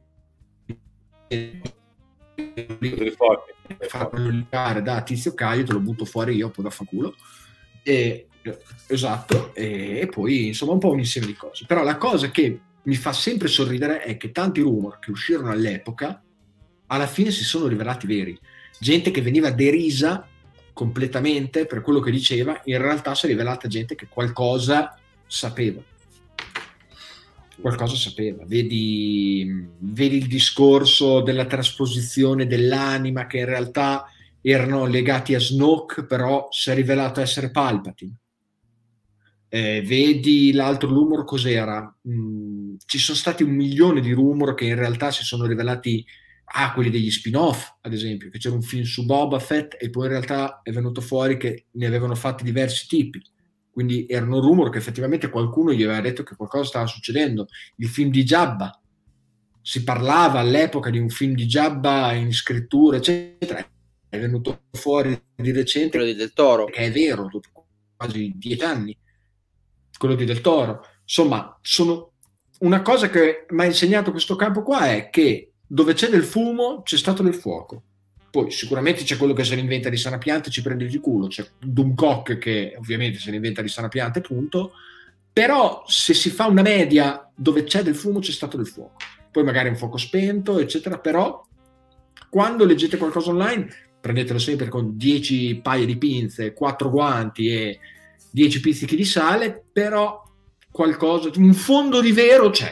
farlo linkare da Tizio Caio, te lo butto fuori io, poi vaffanculo, e esatto, e, e poi insomma un po' un insieme di cose. Però la cosa che mi fa sempre sorridere è che tanti rumor che uscirono all'epoca alla fine si sono rivelati veri. Gente che veniva derisa completamente per quello che diceva, in realtà si è rivelata gente che qualcosa sapeva. Qualcosa sapeva. Vedi, vedi il discorso della trasposizione dell'anima che in realtà erano legati a Snoke, però si è rivelato essere Palpatine. Eh, vedi l'altro rumor cos'era? Mm, ci sono stati un milione di rumor che in realtà si sono rivelati ah, quelli degli spin-off, ad esempio, che c'era un film su Boba Fett e poi in realtà è venuto fuori che ne avevano fatti diversi tipi. Quindi erano rumor che effettivamente qualcuno gli aveva detto che qualcosa stava succedendo. Il film di Jabba, si parlava all'epoca di un film di Jabba in scrittura, eccetera. È venuto fuori di recente quello di Del Toro, che è vero, dopo quasi dieci anni, quello di Del Toro. Insomma, sono una cosa che mi ha insegnato questo campo qua è che dove c'è del fumo c'è stato del fuoco. Poi sicuramente c'è quello che se ne inventa di sana pianta e ci prende di culo, c'è Duncock che ovviamente se ne inventa di sana pianta e punto, però se si fa una media dove c'è del fumo c'è stato del fuoco, poi magari un fuoco spento eccetera, però quando leggete qualcosa online prendetelo sempre con dieci paia di pinze, quattro guanti e dieci pizzichi di sale, però qualcosa, un fondo di vero c'è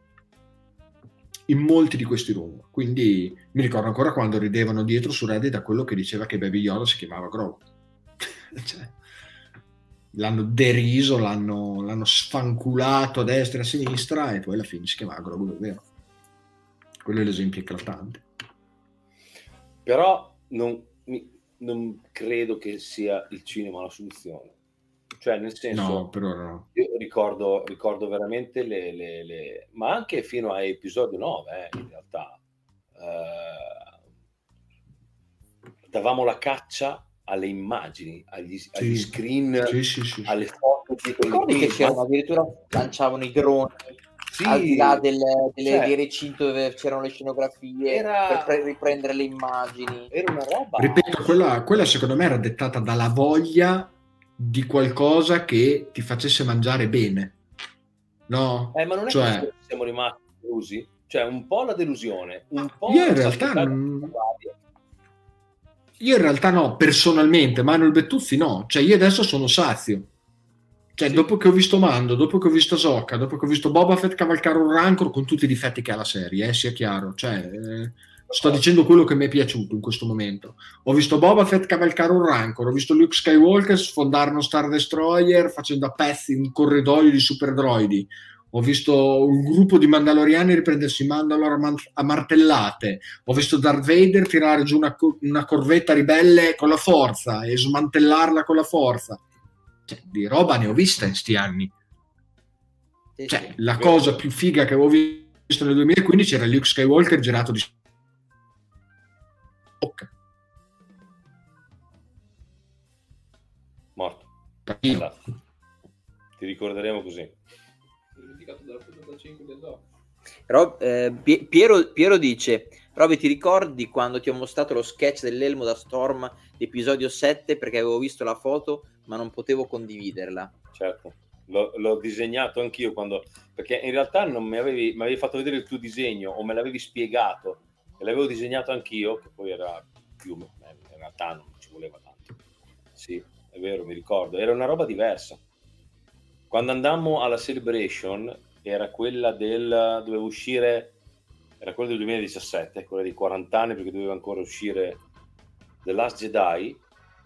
in molti di questi rumor. Quindi mi ricordo ancora quando ridevano dietro su Reddit da quello che diceva che Baby Yoda si chiamava Grogu. Cioè, l'hanno deriso, l'hanno, l'hanno sfanculato a destra e a sinistra e poi alla fine si chiamava Grogu davvero. Quello è l'esempio eclatante. Però non, non credo che sia il cinema la soluzione. Cioè, nel senso, no, per ora no. Io ricordo, ricordo veramente le, le, le... ma anche fino a episodio nove, eh, in realtà, eh, davamo la caccia alle immagini, agli, sì. agli screen, sì, sì, sì, alle foto. Ricordi che c'erano addirittura lanciavano i droni Sì, al di là del, delle, cioè, dei recinti dove c'erano le scenografie era- per pre- riprendere le immagini. era una roba. Ripeto, quella, quella secondo me era dettata dalla voglia di qualcosa che ti facesse mangiare bene, no? Eh, ma non è Cioè, che siamo rimasti delusi? Cioè, un po' la delusione, un po' io in la realtà satietà non- di guardia. io in realtà no, personalmente, Manuel Bettuzzi no, cioè io adesso sono sazio. Cioè, Sì. dopo che ho visto Mando, dopo che ho visto Sokka, dopo che ho visto Boba Fett cavalcare un rancor con tutti i difetti che ha la serie, eh, sia chiaro. Cioè, eh, sto dicendo quello che mi è piaciuto in questo momento. Ho visto Boba Fett cavalcare un rancor, ho visto Luke Skywalker sfondare uno Star Destroyer facendo a pezzi un corridoio di super droidi. Ho visto un gruppo di Mandaloriani riprendersi Mandalore a, man- a martellate. Ho visto Darth Vader tirare giù una, co- una corvetta ribelle con la forza e smantellarla con la forza. Cioè, di roba ne ho vista in sti anni. Sì, Cioè, sì. la cosa più figa che avevo visto nel duemilaquindici era Luke Skywalker girato di bocca. Morto. Io. Andato. Ti ricorderemo così. Rob- eh, Pie- Piero, Piero dice: Roby, ti ricordi quando ti ho mostrato lo sketch dell'elmo da Storm di episodio sette perché avevo visto la foto ma non potevo condividerla? Certo, l'ho, l'ho disegnato anch'io quando, perché in realtà non mi avevi, mi avevi fatto vedere il tuo disegno o me l'avevi spiegato e l'avevo disegnato anch'io, che poi era più, in realtà non ci voleva tanto. Sì, è vero, mi ricordo, era una roba diversa. Quando andammo alla Celebration era quella del, doveva uscire, era quella del duemiladiciassette, quella dei quaranta anni, perché doveva ancora uscire The Last Jedi,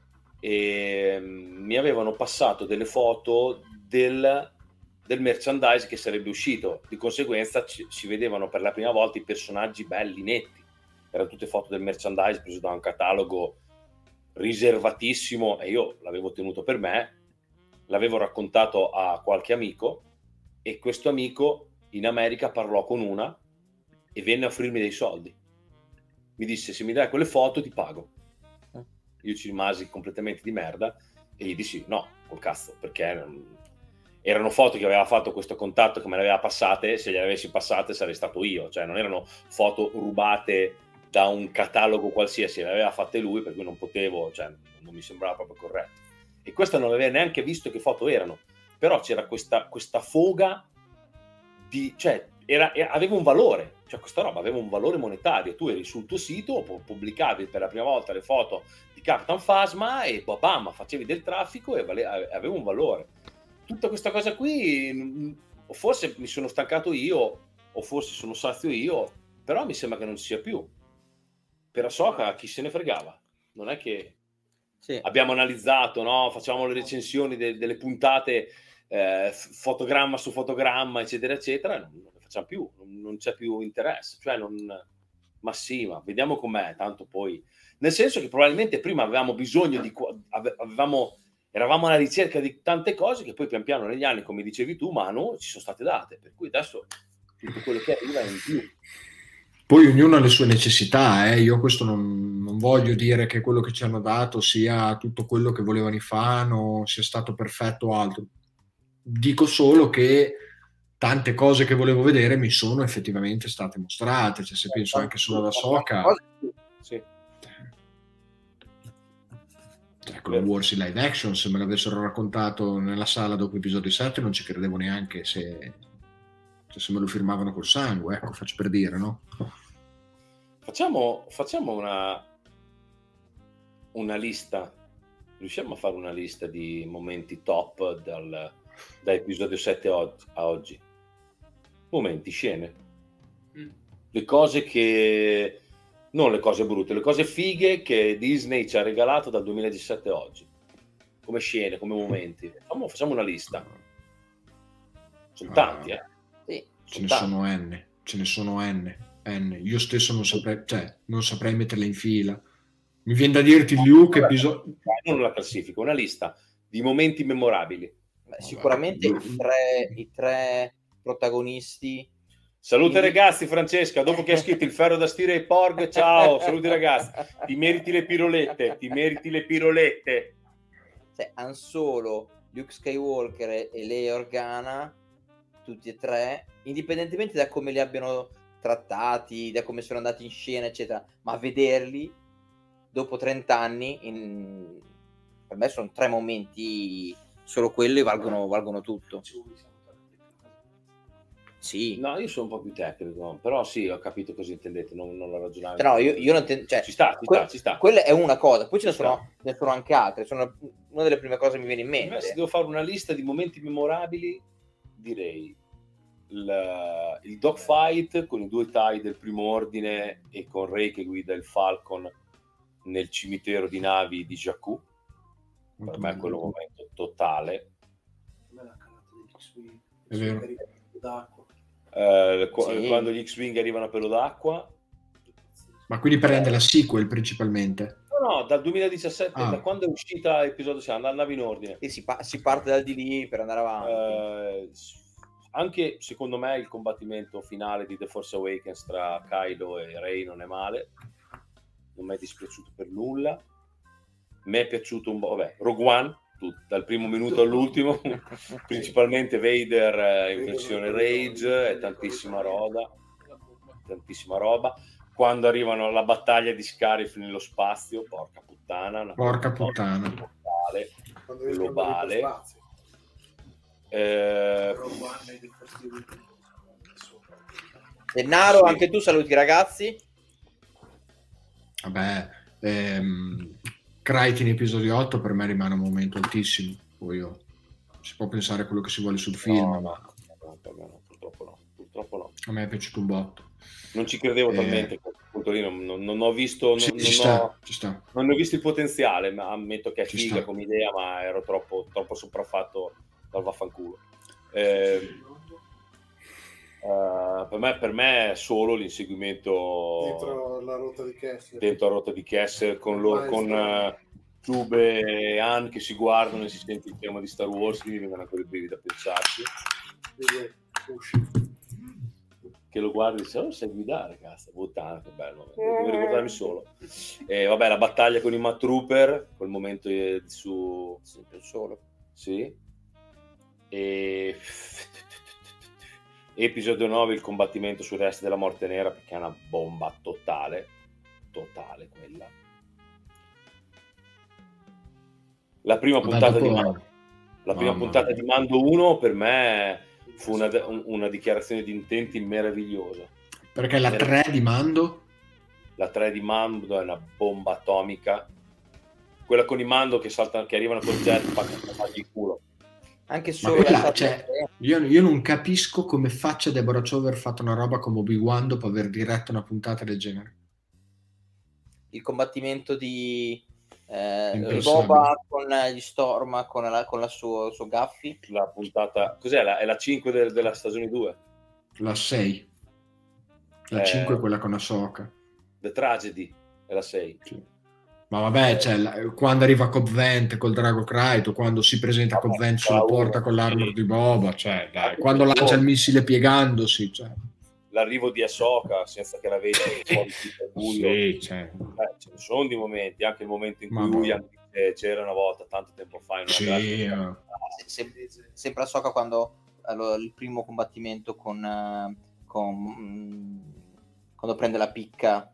e mi avevano passato delle foto del, del merchandise che sarebbe uscito, di conseguenza ci, si vedevano per la prima volta i personaggi belli, netti, erano tutte foto del merchandise preso da un catalogo riservatissimo e io l'avevo tenuto per me, l'avevo raccontato a qualche amico e questo amico in America parlò con una e venne a offrirmi dei soldi, mi disse: se mi dai quelle foto ti pago. Io ci rimasi completamente di merda e gli dissi no, col cazzo, perché erano foto che aveva fatto questo contatto che me le aveva passate, se gliele avessi passate sarei stato io, cioè non erano foto rubate da un catalogo qualsiasi, le aveva fatte lui, per cui non potevo, cioè non mi sembrava proprio corretto. E questa non aveva neanche visto che foto erano, però c'era questa, questa foga di, cioè era, era, aveva un valore, cioè questa roba aveva un valore monetario, tu eri sul tuo sito, pubblicavi per la prima volta le foto di Capitan Phasma e bam, facevi del traffico e vale, aveva un valore. Tutta questa cosa qui, forse mi sono stancato io, o forse sono sazio io, però mi sembra che non ci sia più. Per Ahsoka chi se ne fregava, non è che sì. Abbiamo analizzato, no? Facciamo le recensioni de- delle puntate eh, fotogramma su fotogramma, eccetera, eccetera, non, non le facciamo più, non, non c'è più interesse, cioè non, ma sì, ma vediamo com'è, tanto poi, nel senso che probabilmente prima avevamo bisogno di, avevamo, eravamo alla ricerca di tante cose che poi pian piano negli anni, come dicevi tu, Manu, ci sono state date, per cui adesso tutto quello che arriva è in più. Poi ognuno ha le sue necessità, eh. Io questo non, non voglio dire che quello che ci hanno dato sia tutto quello che volevano i fan o sia stato perfetto o altro. Dico solo che tante cose che volevo vedere mi sono effettivamente state mostrate, cioè se penso anche solo alla Ahsoka, sì. cioè, con Wars in live action, se me l'avessero raccontato nella sala dopo episodio sette non ci credevo neanche se... Cioè, se me lo firmavano col sangue, ecco, faccio per dire, no? Facciamo, facciamo una, una lista, riusciamo a fare una lista di momenti top dal, da episodio sette a oggi? Momenti, scene. Mm. Le cose che... non le cose brutte, le cose fighe che Disney ci ha regalato dal duemiladiciassette a oggi. Come scene, come momenti. Facciamo, facciamo una lista. Sono tanti, eh. Sì, ce ne sono N, ce ne sono N, N. Io stesso non saprei, cioè, non saprei metterle in fila. Mi viene da dirti Luke episodio... Non una classifica, una lista di momenti memorabili. Beh, sicuramente i tre, i tre protagonisti. Salute ragazzi, Francesca, dopo che hai scritto il ferro da stire ai Porg, ciao, saluti ragazzi, ti meriti le pirolette, ti meriti le pirolette. Cioè, Han Solo, Luke Skywalker e Leia Organa, tutti e tre indipendentemente da come li abbiano trattati, da come sono andati in scena, eccetera, ma vederli dopo trenta anni, in... per me sono tre momenti, solo quelli valgono, valgono tutto. Sì. No, io sono un po' più tecnico, però sì, ho capito cosa intendete, non, non lo ragionavo. No, io, io non ten... cioè, ci sta, ci que- sta, ci sta. Quella è una cosa, poi ce ne Ci sono, ne sono anche altre, sono una delle prime cose che mi viene in mente. Se devo fare una lista di momenti memorabili, direi il, il dogfight con i due TIE del primo ordine e con Rey che guida il Falcon nel cimitero di navi di Jakku. Per me è quello momento totale. È vero. Eh, Sì. Quando gli X-Wing arrivano a pelo d'acqua. Ma quindi prende la sequel principalmente? No, no, dal duemiladiciassette, Ah. da quando è uscita l'episodio sei, andava in ordine. E si, pa- si parte da di lì per andare avanti. Eh, anche secondo me il combattimento finale di The Force Awakens tra Kylo e Rey non è male, non mi è dispiaciuto per nulla. Mi è piaciuto un po', vabbè, Rogue One, tu, dal primo minuto all'ultimo, principalmente Vader eh, in versione Rage e tantissima roba, tantissima roba. Quando arrivano alla battaglia di Scarif nello spazio, porca puttana, una Porca puttana. globale, globale. Eh, Gennaro, sì. anche tu saluti ragazzi. Vabbè, ehm, Crichton in episodio otto per me rimane un momento altissimo. Poi io, si può pensare a quello che si vuole sul film, no, ma no, no, no, purtroppo no, purtroppo no. a me è piaciuto un botto. Non ci credevo Eh. talmente, appunto lì non, non, non ho visto, non, Sì, non ci, ho, sta, ci sta. non ne ho visto il potenziale, ma ammetto che è Ci figa sta. come idea, ma ero troppo, troppo sopraffatto dal vaffanculo. Eh, eh, per me, per me è solo l'inseguimento Dentro la rotta di Kessler. dentro la rotta di Kessler con, loro, con uh, Tube e Han che si guardano e si sente il tema di Star Wars, mi vengono ancora i brividi da pensarci. Vedi, usci. Che lo guardi e dice, oh, sai guidare, cazzo, puttana, che bello, devo ricordarmi solo. E vabbè, la battaglia con i Matt Trooper, quel momento eh, su... Sempre solo. Sì. E... episodio nove, il combattimento sul resto della Morte Nera, perché è una bomba totale, totale quella. La prima Vabbè, puntata, dopo- di, Mando, la prima Mamma puntata mia. di Mando uno per me fu una, una dichiarazione di intenti meravigliosa. Perché la tre di Mando? La tre di Mando è una bomba atomica. Quella con i Mando che saltano, che arrivano col jetpack a fargli il culo. Anche Ma solo quella, la- cioè, io, io non capisco come faccia Deborah Chow aver fatto una roba come Obi-Wan dopo aver diretto una puntata del genere. il combattimento di eh, Impensabile. Boba con gli Storm, con la, con la suo, il suo Gaffi. La puntata, cos'è? La, è la cinque del- della stagione due. La sei. La Eh. cinque è quella con Ahsoka. The Tragedy è la sei. Sì. Ma vabbè, cioè, la- quando arriva Cobb Vanth col Drago Kryto, quando si presenta Vabbè, Cobb Vanth sarà sulla uno, porta con l'armor sì. di Boba, cioè, dai, Anche quando perché lancia il loro- missile piegandosi, cioè. L'arrivo di Ahsoka senza che la veda fuori tutto buio. Sì, cioè. Eh, ce ne sono di momenti, anche il momento in cui Ma- Uyan dice, c'era una volta tanto tempo fa in una Sì, galassia. eh. Se- se- sempre a Soka quando allora, il primo combattimento con, eh, con mm, quando prende la picca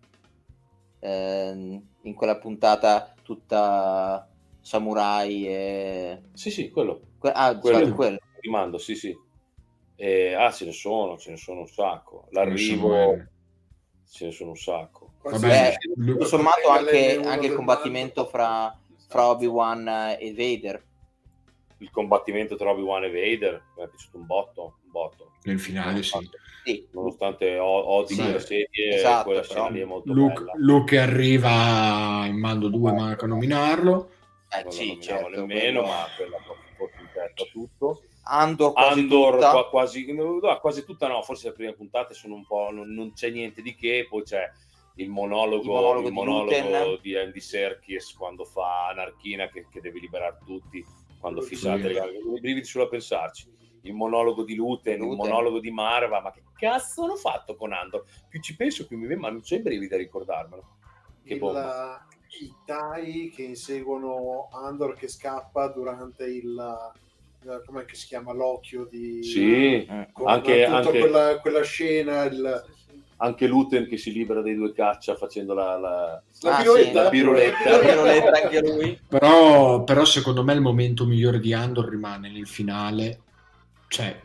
eh, in quella puntata tutta samurai e... Sì, sì, quello. que- ah, Quello. scusate, quello. Rimando, sì, sì. Eh, ah, ce ne sono, ce ne sono un sacco. Sono L'arrivo, bene. ce ne sono un sacco. Vabbè, Beh, lui- tutto sommato anche, Uno anche il del combattimento Mando. fra, fra Obi-Wan e Vader. Il combattimento tra Obi-Wan e Vader mi è piaciuto un botto, un botto. nel finale, sì. Sì, Nonostante o- odi Sì, quella serie, esatto, quella però scena lì è molto Luke, bella. Luke arriva in Mando due, manca a nominarlo. eh, Non sì, la nominiamo certo, nemmeno, quello- ma quella proprio forse in testa a tutto. Andor quasi Andor tutta. qua- quasi, no, quasi tutta no, forse le prime puntate sono un po', non, non c'è niente di che, poi c'è il monologo, Il monologo il di monologo Luten. di Andy Serkis quando fa Anarchina che, che deve liberare tutti, quando Sì. fissate le gambe, i brividi solo a pensarci. Il monologo di Luten, il Luten. monologo di Marva, ma che cazzo hanno fatto con Andor? Più ci penso, più mi viene, ma non c'è i brividi a ricordarmelo. Che bomba. Il, i TIE che inseguono Andor che scappa durante il, com'è che si chiama, l'occhio di... Sì, con anche, tutta anche, quella, quella scena, il... anche Luten che si libera dei due caccia facendo la, la, la Ah, piroletta, la piroletta. La piroletta anche lui. Però, però secondo me il momento migliore di Andor rimane nel finale, cioè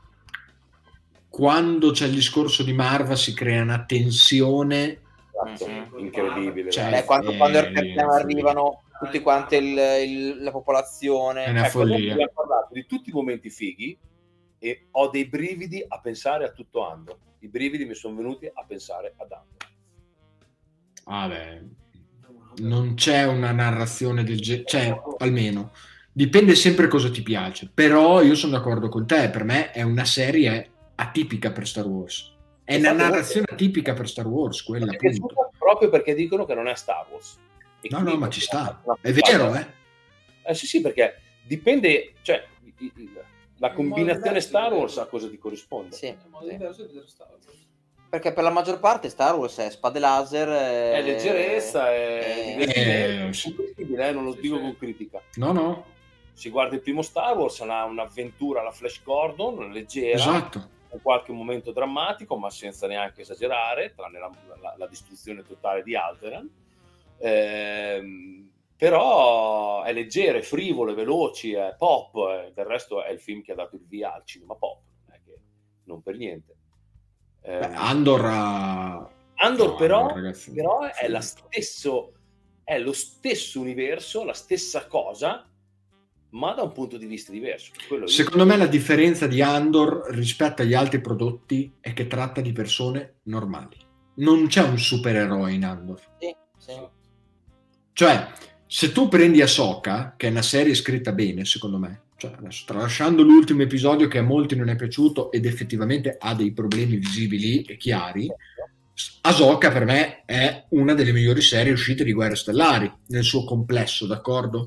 quando c'è il discorso di Marva si crea una tensione, Esatto, Mhm. incredibile. Cioè, Beh, quando, eh, quando lì è arrivano tutti quanti il, il- la popolazione. È una Ecco, noi follia. abbiamo parlato di tutti i momenti fighi e ho dei brividi a pensare a tutto Andor. I brividi mi sono venuti a pensare ad Andor. Ah, beh, non c'è una narrazione del genere, cioè almeno dipende sempre cosa ti piace, però io sono d'accordo con te, per me è una serie atipica per Star Wars, è una Infatti, narrazione atipica per Star Wars, quella Mi è piaciuta appunto. proprio perché dicono che non è Star Wars. E No, quindi no, ma ci sta, una è puntata- vero, eh? Eh sì, sì, perché dipende, cioè i- i- la combinazione Star Wars a cosa ti corrisponde. Sì, È un modo sì. diverso di vedere Star Wars. Perché per la maggior parte Star Wars è spade laser, è, È leggerezza, è è- divertimento, Eh, è sì. comprensibile, eh, non lo Sì, dico sì. con critica. No, no, Si guarda il primo Star Wars, è una- un'avventura alla Flash Gordon, leggera, esatto. con qualche momento drammatico, ma senza neanche esagerare, tranne la, la- la distruzione totale di Alderaan. Ehm, però è leggero, è frivolo, è veloce, è pop, eh, del resto è il film che ha dato il via al cinema pop, non è che- non per niente. Ehm, Beh, Andor ha... Andor no, però, Andor, ragazzi, però è, sì. la stesso, è lo stesso universo, la stessa cosa, ma da un punto di vista diverso. Quello Secondo me la differenza di Andor rispetto agli altri prodotti è che tratta di persone normali. Non c'è un supereroe in Andor. Sì, sì. Cioè, se tu prendi Ahsoka, che è una serie scritta bene, secondo me, cioè, adesso, tralasciando l'ultimo episodio che a molti non è piaciuto ed effettivamente ha dei problemi visibili e chiari, Ahsoka per me è una delle migliori serie uscite di Guerre Stellari, nel suo complesso, d'accordo?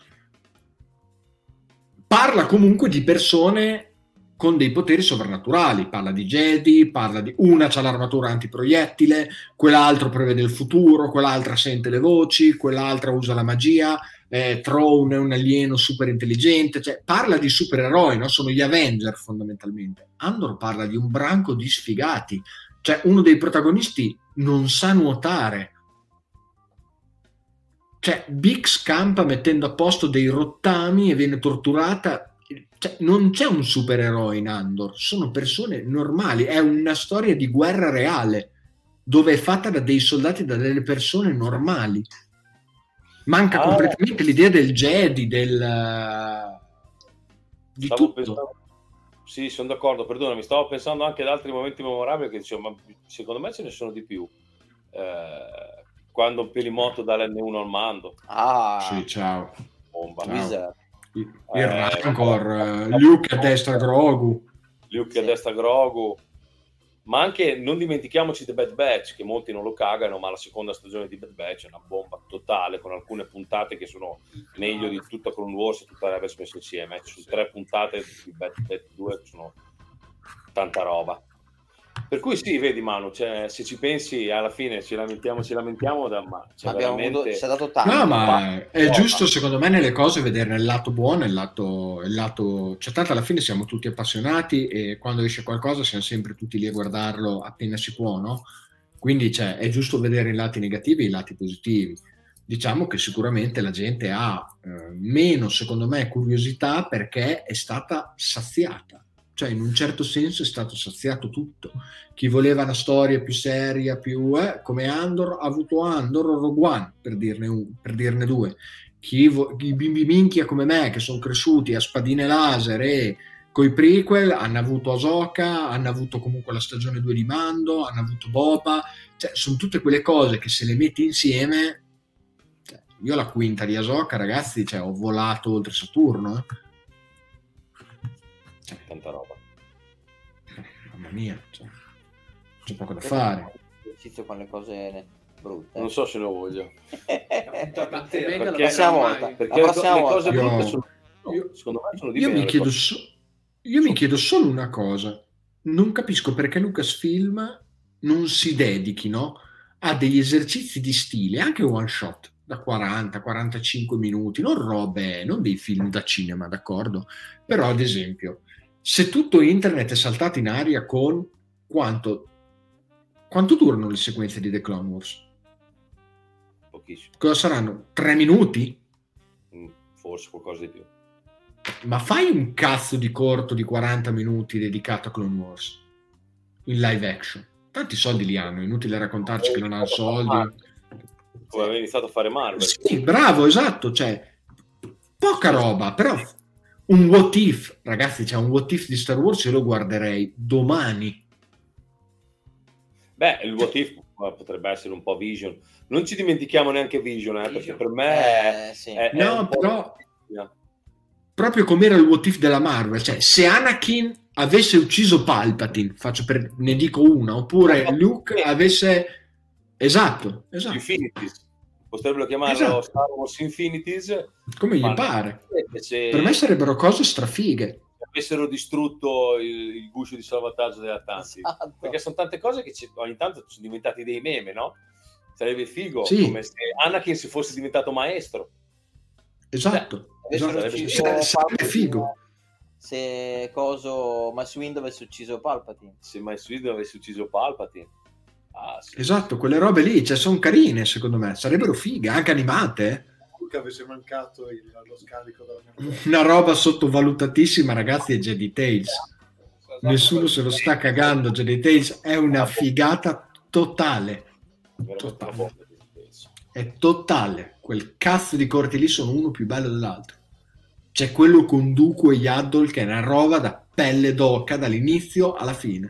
Parla comunque di persone con dei poteri sovrannaturali, parla di Jedi, parla di una c'ha l'armatura antiproiettile, quell'altro prevede il futuro, quell'altra sente le voci, quell'altra usa la magia, eh, Thrawn è un alieno super intelligente, cioè parla di supereroi, no? Sono gli Avenger fondamentalmente. Andor parla di un branco di sfigati, cioè uno dei protagonisti non sa nuotare, cioè Bix campa mettendo a posto dei rottami e viene torturata, cioè, non c'è un supereroe in Andor, sono persone normali, è una storia di guerra reale dove è fatta da dei soldati, da delle persone normali. Manca Ah. completamente l'idea del Jedi, del di Stavo tutto. pensando- sì, sono d'accordo, perdonami, stavo pensando anche ad altri momenti memorabili che dicevo, ma secondo me ce ne sono di più. Eh, quando Pelimoto dà l'N uno al mando, Ah, Sì, ciao. bomba. Ciao. Wizard. Il, il Eh, Rancor, eh, Luke a destra Grogu. Luke Sì. a destra Grogu, ma anche non dimentichiamoci The Bad Batch, che molti non lo cagano, ma la seconda stagione di Bad Batch è una bomba totale, con alcune puntate che sono meglio di tutta Clone Wars e tutta l'avesse messo insieme. Ci sono tre puntate di Bad Batch due che sono tanta roba. Per cui sì, vedi Manu, cioè, se ci pensi alla fine ci lamentiamo, ci lamentiamo, da, ma c'è Abbiamo veramente... avuto, si è dato tanto. No, ma è no, giusto ma- secondo me nelle cose vedere il lato buono e il lato, il lato... Cioè, tanto alla fine siamo tutti appassionati e quando esce qualcosa siamo sempre tutti lì a guardarlo appena si può, no? Quindi cioè, è giusto vedere i lati negativi e i lati positivi. Diciamo che sicuramente la gente ha eh, meno, secondo me, curiosità perché è stata saziata. Cioè, in un certo senso è stato saziato tutto. Chi voleva una storia più seria, più eh, come Andor, ha avuto Andor o Rogue One, per dirne, un, per dirne due. Chi vo- i bimbi minchia come me, che sono cresciuti a spadine laser e coi prequel, hanno avuto Ahsoka, hanno avuto comunque la stagione due di Mando, hanno avuto Boba. Cioè, sono tutte quelle cose che se le metti insieme... Cioè, io la quinta di Ahsoka, ragazzi, cioè, ho volato oltre Saturno, eh. Cioè, Tanta roba. mamma mia, cioè, c'è poco da fare. Esercizio con le cose brutte. Non so se lo voglio. Perché La prossima volta. Perché La prossima le volta. cose Io- brutte sono... io- secondo me sono di Io meno mi le chiedo, cose- so- io mi chiedo solo una cosa. Non capisco perché Lucasfilm non si dedichino a degli esercizi di stile, anche one shot, da quaranta quarantacinque minuti, non robe, non dei film da cinema, d'accordo? Però ad esempio, se tutto internet è saltato in aria con quanto, quanto durano le sequenze di The Clone Wars? Pochissimo. Cosa saranno? Tre minuti? Mm, forse qualcosa di più. Ma fai un cazzo di corto di quaranta minuti dedicato a Clone Wars in live action. Tanti soldi li hanno, inutile raccontarci che non hanno soldi. Come aveva iniziato a fare Marvel. Sì, bravo, esatto, cioè poca roba, però un what if, ragazzi, c'è un what if di Star Wars, io lo guarderei domani. Beh, il what if potrebbe essere un po' Vision. Non ci dimentichiamo neanche Vision, eh, perché per me è, Eh, sì. è, è No, un po' però proprio come era il what if della Marvel, cioè se Anakin avesse ucciso Palpatine, faccio per, ne dico una, oppure Luke avesse esatto, esatto. Infinities. Potrebbero chiamarlo Esatto. Star Wars Infinities. Come gli Ma pare. se Per me sarebbero cose strafighe. avessero distrutto il, il guscio di salvataggio degli Atlanti. Esatto. Perché sono tante cose che ci- ogni tanto sono diventati dei meme, no? Sarebbe figo, Sì. come se Anakin si fosse diventato maestro. Esatto, Avessero esatto. sarebbe ucciso Sarebbe Palpatine, figo. Se coso Mace Windu avesse ucciso Palpatine. Se Mace Windu avesse ucciso Palpatine. Ah, sì. Esatto, quelle robe lì, cioè, sono carine secondo me, sarebbero fighe, anche animate. eh. Che avesse mancato il- lo scarico della memoria. Una roba sottovalutatissima, ragazzi, è Jedi Tales. Nessuno se lo sta cagando, Jedi Tales è una figata totale. Veramente Totale. una bomba di penso. È totale. Quel cazzo di corti lì sono uno più bello dell'altro. C'è quello con Dooku e Yaddle che è una roba da pelle d'oca dall'inizio alla fine.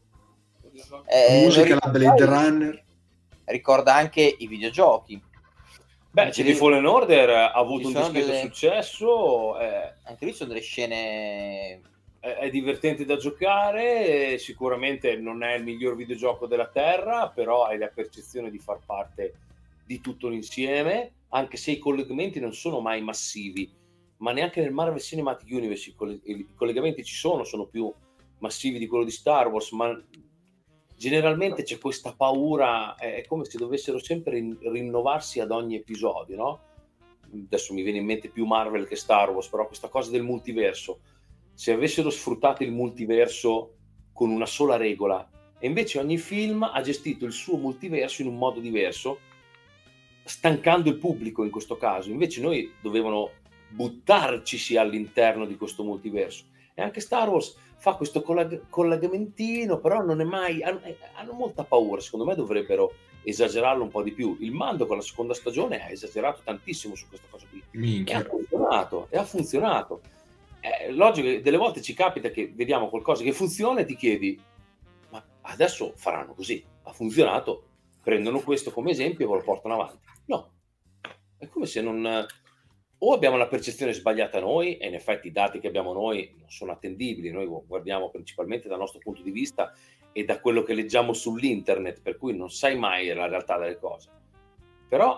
Eh, Musica lo la ricorda- Blade Runner. ricorda anche i videogiochi. Beh, Jedi Fallen Order ha avuto Ci un sono discreto delle- successo, è, Anche lì sono delle scene. è- è divertente da giocare, sicuramente non è il miglior videogioco della Terra, però hai la percezione di far parte di tutto l'insieme, anche se i collegamenti non sono mai massivi, ma neanche nel Marvel Cinematic Universe i coll- i collegamenti ci sono, sono più massivi di quello di Star Wars, ma generalmente c'è questa paura, è come se dovessero sempre rin- rinnovarsi ad ogni episodio, no? Adesso mi viene in mente più Marvel che Star Wars, però questa cosa del multiverso, se avessero sfruttato il multiverso con una sola regola, e invece ogni film ha gestito il suo multiverso in un modo diverso, stancando il pubblico in questo caso. Invece noi dovevano buttarci all'interno di questo multiverso. E anche Star Wars fa questo colleg- collegamentino, però non è mai... Hanno, hanno molta paura, secondo me dovrebbero esagerarlo un po' di più. Il Mando con la seconda stagione ha esagerato tantissimo su questa cosa qui. E ha Minchia. funzionato, e ha funzionato. È logico che delle volte ci capita che vediamo qualcosa che funziona e ti chiedi, ma adesso faranno così, ha funzionato, prendono questo come esempio e lo portano avanti. No, è come se non... O abbiamo la percezione sbagliata noi, e in effetti i dati che abbiamo noi non sono attendibili, noi guardiamo principalmente dal nostro punto di vista e da quello che leggiamo sull'internet, per cui non sai mai la realtà delle cose. Però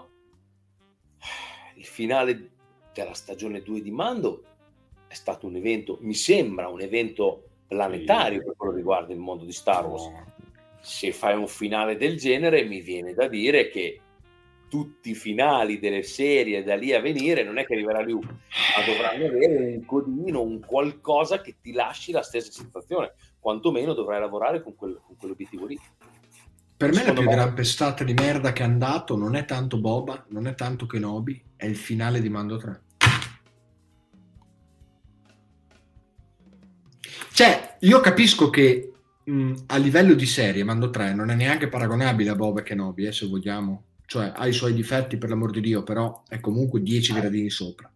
il finale della stagione due di Mando è stato un evento, mi sembra un evento planetario per quello che riguarda il mondo di Star Wars. Se fai un finale del genere, mi viene da dire che tutti i finali delle serie da lì a venire non è che arriverà lui, ma dovranno avere un codino, un qualcosa che ti lasci la stessa sensazione, quantomeno dovrai lavorare con, quel, con quell'obiettivo lì. Per me la Secondo più me- gran pestata di merda che è andato non è tanto Boba, non è tanto Kenobi, è il finale di Mando tre. Cioè, io capisco che mh, a livello di serie Mando tre non è neanche paragonabile a Boba e Kenobi, eh, se vogliamo. Cioè, ha i suoi difetti, per l'amor di Dio, però è comunque dieci gradini sopra.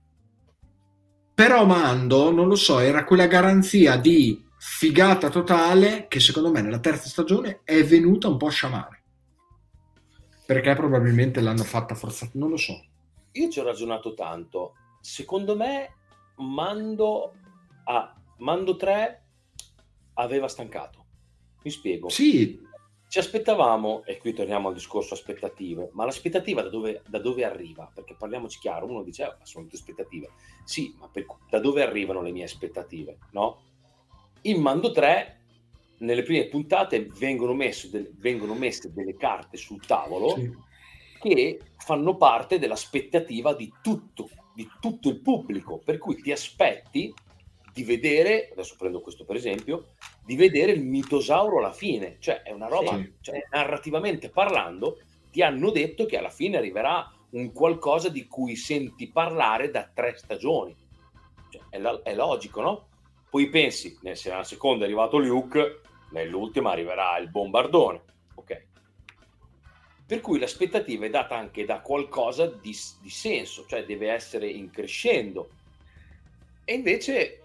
Però Mando, non lo so, era quella garanzia di figata totale che secondo me nella terza stagione è venuta un po' a sciamare. Perché probabilmente l'hanno fatta forzata, non lo so. Io ci ho ragionato tanto. Secondo me Mando, a Mando tre aveva stancato. Mi spiego. Sì, Ci aspettavamo, e qui torniamo al discorso aspettative, ma l'aspettativa da dove, da dove arriva? Perché parliamoci chiaro, uno dice, eh, ma sono tutte aspettative. Sì, ma per- da dove arrivano le mie aspettative? No? In Mando tre, nelle prime puntate, vengono, messo del- vengono messe delle carte sul tavolo sì. che fanno parte dell'aspettativa di tutto, di tutto il pubblico, per cui ti aspetti di vedere, adesso prendo questo per esempio, di vedere il mitosauro alla fine, cioè è una roba, Sì. cioè, narrativamente parlando, ti hanno detto che alla fine arriverà un qualcosa di cui senti parlare da tre stagioni, cioè, è, la, è logico, no? Poi pensi, se nella seconda è arrivato Luke, nell'ultima arriverà il bombardone, ok? Per cui l'aspettativa è data anche da qualcosa di, di senso, cioè deve essere in crescendo. E invece,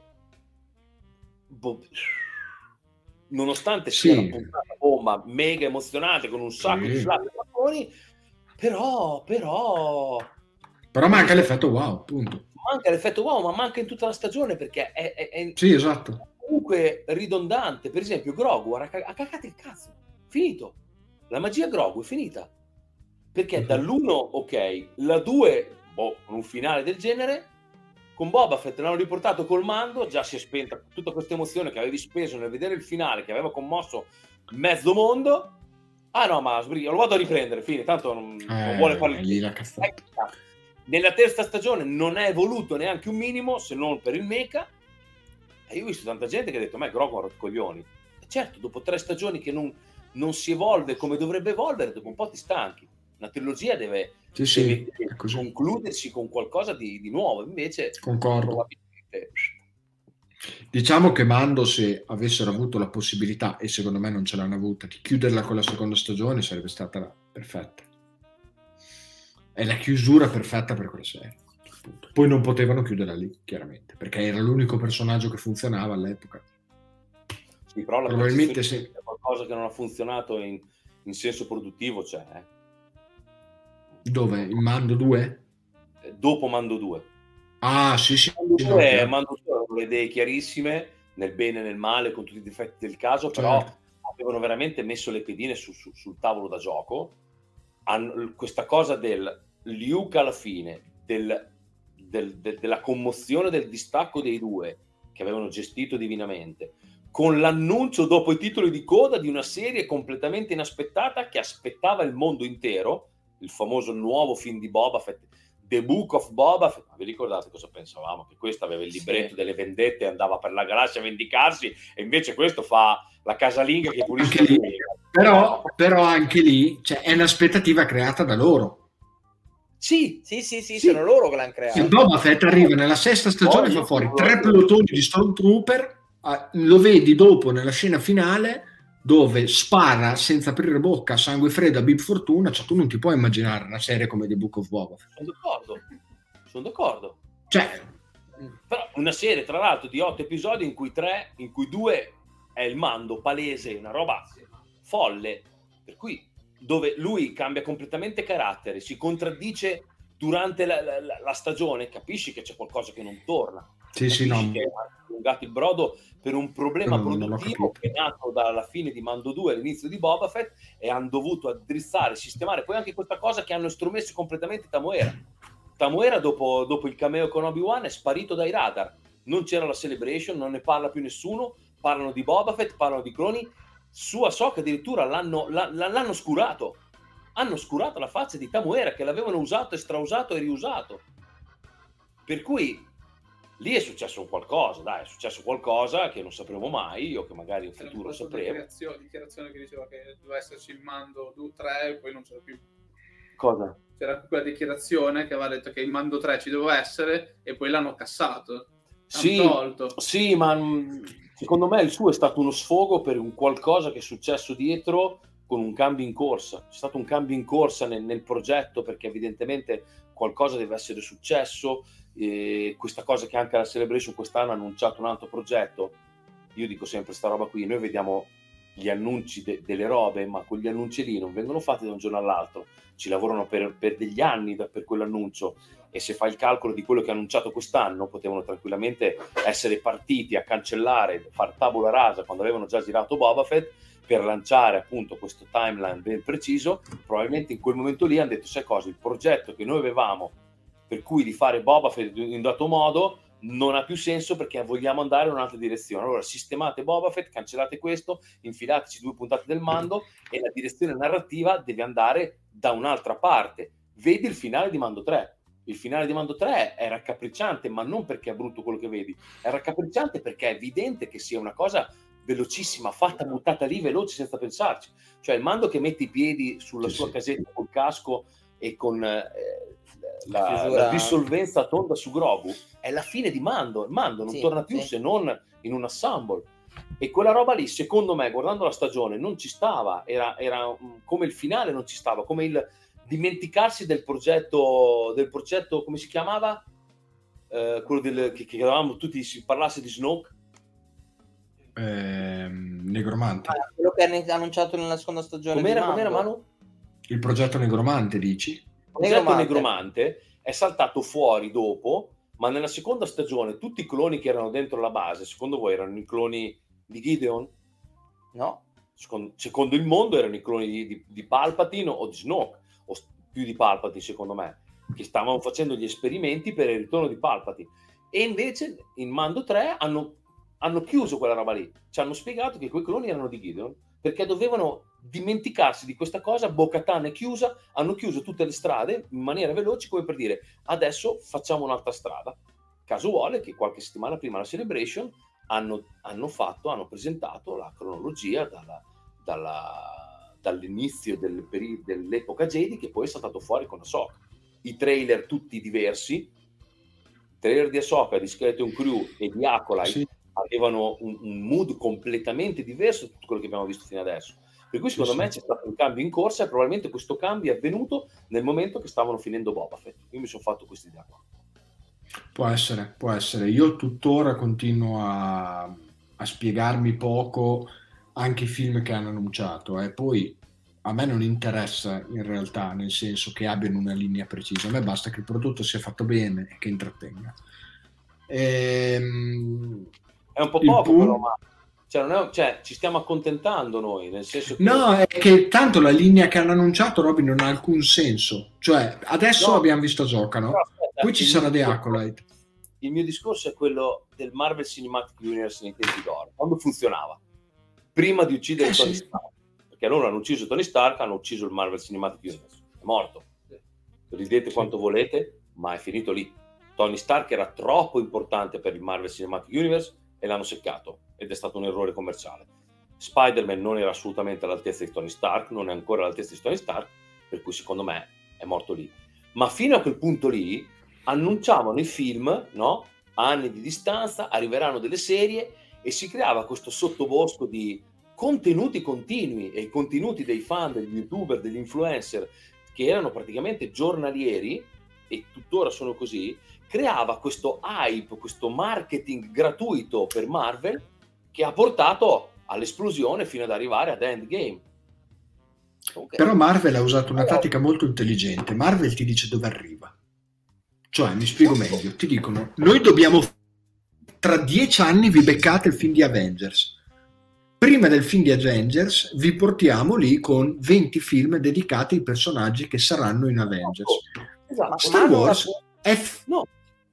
boh, nonostante sia Sì. una puntata bomba mega emozionante con un sacco Sì. di flash e battoni, però, però... Però manca l'effetto wow, appunto. Manca l'effetto wow, ma manca in tutta la stagione perché è, è, è Sì, esatto. comunque ridondante. Per esempio Grogu ha, ha cagato il cazzo, finito. La magia Grogu è finita. Perché Mhm. dall'uno, ok, la due, boh, con un finale del genere, con Boba Fett l'hanno riportato col Mando, già si è spenta tutta questa emozione che avevi speso nel vedere il finale, che aveva commosso mezzo mondo. Ah no, ma sbriga, lo vado a riprendere, fine, tanto non, non Eh, vuole fare il lì la cazzata. Eh, Nella terza stagione non è evoluto neanche un minimo, se non per il mecha. E io ho visto tanta gente che ha detto, ma è Grogu ha rotto i coglioni. E certo, dopo tre stagioni che non, non si evolve come dovrebbe evolvere, dopo un po' ti stanchi. Una trilogia deve, Sì, sì, deve è così. concludersi con qualcosa di, di nuovo, invece Concordo. probabilmente... Diciamo che Mando, se avessero avuto la possibilità, e secondo me non ce l'hanno avuta, di chiuderla con la seconda stagione, sarebbe stata perfetta. È la chiusura perfetta per quella serie. Appunto. Poi non potevano chiuderla lì, chiaramente, perché era l'unico personaggio che funzionava all'epoca. Sì, però la Probabilmente percezione sì. che qualcosa che non ha funzionato in, in senso produttivo c'è. Eh. Dove? In Mando due? Dopo Mando due. Ah, sì, sì. Mando sì, due, no, chiaro. Mando due avevano le idee chiarissime, nel bene e nel male, con tutti i difetti del caso, però Certo. avevano veramente messo le pedine su, su, sul tavolo da gioco. Hanno, questa cosa del Luke alla fine, del, del, del, della commozione del distacco dei due, che avevano gestito divinamente, con l'annuncio dopo i titoli di coda di una serie completamente inaspettata che aspettava il mondo intero, il famoso nuovo film di Boba Fett, The Book of Boba Fett. Ma vi ricordate cosa pensavamo? Che questo aveva il libretto sì. delle vendette e andava per la galassia a vendicarsi, e invece questo fa la casalinga che pulisce anche lì, però, però anche lì cioè, è un'aspettativa creata da loro. Sì, sì, sì, sì, sì. Sono loro che l'hanno creato. Il Boba Fett arriva nella sesta stagione e no, fa fuori tre pelotoni di Stormtrooper, lo vedi dopo nella scena finale dove spara senza aprire bocca a sangue freddo a Bib Fortuna, cioè tu non ti puoi immaginare una serie come The Book of Boba Fett. Sono d'accordo, sono d'accordo. Cioè, però una serie tra l'altro di otto episodi in cui tre, in cui due è il Mando palese, una roba folle, per cui dove lui cambia completamente carattere, si contraddice durante la, la, la stagione, capisci che c'è qualcosa che non torna. Sì, sì, no. Che ha allungato il brodo per un problema no, produttivo che è nato dalla fine di Mando due all'inizio di Boba Fett, e hanno dovuto addrizzare, sistemare. Poi anche questa cosa che hanno estromesso completamente Tamuera. Tamuera dopo, dopo il cameo con Obi-Wan è sparito dai radar, non c'era la Celebration, non ne parla più nessuno, parlano di Boba Fett, parlano di cloni. Su Ahsoka addirittura l'hanno, l'hanno scurato, hanno scurato la faccia di Tamuera, che l'avevano usato e strausato e riusato, per cui lì è successo un qualcosa, dai, è successo qualcosa che non sapremo mai, o che magari in futuro sapremo. Dichiarazione, dichiarazione che diceva che doveva esserci il Mando tre e poi non c'era più. Cosa? C'era quella dichiarazione che aveva detto che il Mando tre ci doveva essere e poi l'hanno cassato. Sì, tolto. sì, ma secondo me il suo è stato uno sfogo per un qualcosa che è successo dietro, con un cambio in corsa. C'è stato un cambio in corsa nel, nel progetto, perché evidentemente qualcosa deve essere successo. E questa cosa che anche la Celebration quest'anno ha annunciato un altro progetto. Io dico sempre sta roba qui, noi vediamo gli annunci de- delle robe, ma quegli annunci lì non vengono fatti da un giorno all'altro, ci lavorano per, per degli anni da, per quell'annuncio, e se fai il calcolo di quello che ha annunciato quest'anno, potevano tranquillamente essere partiti a cancellare, far tabula rasa quando avevano già girato Boba Fett, per lanciare appunto questo timeline ben preciso. Probabilmente in quel momento lì hanno detto, sai cosa, il progetto che noi avevamo per cui di fare Boba Fett in dato modo non ha più senso perché vogliamo andare in un'altra direzione. Allora sistemate Boba Fett, cancellate questo, infilateci due puntate del Mando e la direzione narrativa deve andare da un'altra parte. Vedi il finale di Mando tre. Il finale di Mando tre è raccapricciante, ma non perché è brutto quello che vedi, è raccapricciante perché è evidente che sia una cosa velocissima, fatta, buttata lì veloce senza pensarci. Cioè il Mando che mette i piedi sulla Sì, sua sì. casetta col casco e con eh, la, Chiusura. la dissolvenza tonda su Grogu è la fine di Mando. Il Mando non Sì, torna più sì. se non in un assemble. E quella roba lì, secondo me, guardando la stagione, non ci stava. Era, era um, come il finale non ci stava, come il dimenticarsi del progetto, del progetto come si chiamava? Eh, quello del, che, che eravamo tutti, si parlasse di Snoke. Ehm, Negromante. Ah, quello che hanno annunciato nella seconda stagione Com'era, di Mando. com'era Manu? Il progetto Negromante, dici? Il progetto Negromante. Negromante è saltato fuori dopo, ma nella seconda stagione tutti i cloni che erano dentro la base, secondo voi erano i cloni di Gideon? No? Secondo, secondo il mondo erano i cloni di, di, di Palpatine o di Snoke, o più di Palpatine secondo me, che stavano facendo gli esperimenti per il ritorno di Palpatine. E invece in Mando tre hanno, hanno chiuso quella roba lì, ci hanno spiegato che quei cloni erano di Gideon, perché dovevano dimenticarsi di questa cosa. Bo-Katan è chiusa, hanno chiuso tutte le strade in maniera veloce, come per dire adesso facciamo un'altra strada. Caso vuole che qualche settimana prima della Celebration hanno, hanno fatto, hanno presentato la cronologia dalla, dalla, dall'inizio del peri- dell'epoca Jedi, che poi è saltato fuori con Ahsoka. I trailer tutti diversi, il trailer di Ahsoka, di Skeleton Crew e di Acolyte Sì. avevano un, un mood completamente diverso da tutto quello che abbiamo visto fino adesso. Per cui secondo Sì, me sì. c'è stato un cambio in corsa e probabilmente questo cambio è avvenuto nel momento che stavano finendo Boba Fett. Io mi sono fatto questa idea qua. Può essere, può essere. Io tuttora continuo a, a spiegarmi poco anche i film che hanno annunciato. E poi a me non interessa in realtà, nel senso che abbiano una linea precisa. A me basta che il prodotto sia fatto bene e che intrattenga. Ehm, È un po' il poco, punto- però, ma cioè, non è- cioè, ci stiamo accontentando noi, nel senso che No, è che tanto la linea che hanno annunciato, Robin, non ha alcun senso. Cioè, adesso No, abbiamo visto Ahsoka, no? però aspetta, Poi ci il sarà mio The discorso- Acolyte. Il mio discorso è quello del Marvel Cinematic Universe nei tempi d'oro, quando funzionava, prima di uccidere Eh, Tony sì. Stark, perché loro hanno ucciso Tony Stark, hanno ucciso il Marvel Cinematic Universe, è morto. Ridete Sì. quanto volete, ma è finito lì. Tony Stark era troppo importante per il Marvel Cinematic Universe e l'hanno seccato, ed è stato un errore commerciale. Spider-Man non era assolutamente all'altezza di Tony Stark, non è ancora all'altezza di Tony Stark, per cui secondo me è morto lì. Ma fino a quel punto lì annunciavano i film, no? A anni di distanza arriveranno delle serie e si creava questo sottobosco di contenuti continui, e i contenuti dei fan, degli youtuber, degli influencer, che erano praticamente giornalieri, e tuttora sono così, creava questo hype, questo marketing gratuito per Marvel, che ha portato all'esplosione fino ad arrivare ad Endgame. Comunque, Però Marvel ha usato una tattica molto intelligente. Marvel ti dice dove arriva. Cioè, mi spiego meglio. Ti dicono, noi dobbiamo... Tra dieci anni vi beccate il film di Avengers. Prima del film di Avengers vi portiamo lì con venti film dedicati ai personaggi che saranno in Avengers. Esatto. Star Marvel Wars ha- è, f- No,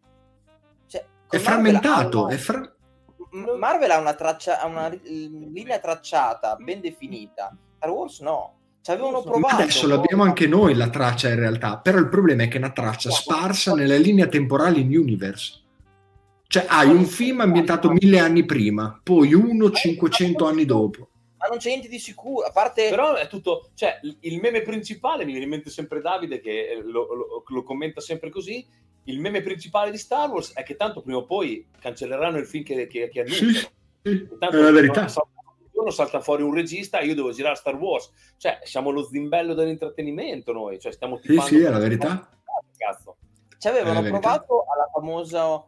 cioè, è con Marvel frammentato. hanno- È fra- M- Marvel ha una, traccia, ha una ri- linea tracciata, ben definita. Star Wars no. Ci avevano provato. Adesso l'abbiamo anche noi la traccia in realtà, però il problema è che è una traccia sparsa nella linea temporale in universe. Cioè hai un film ambientato mille anni prima, poi uno cinquecento anni dopo. Ma non c'è niente di sicuro, a parte... però è tutto, cioè il meme principale, mi viene in mente sempre Davide che lo, lo- lo commenta sempre così, il meme principale di Star Wars è che tanto prima o poi cancelleranno il film che, che, che Sì, annunciano. sì, Tanto è la verità. un giorno salta fuori un regista e io devo girare Star Wars, cioè siamo lo zimbello dell'intrattenimento noi, cioè stiamo Sì, tifando sì, è per- la verità. Cazzo. Ci avevano È la verità. provato alla famosa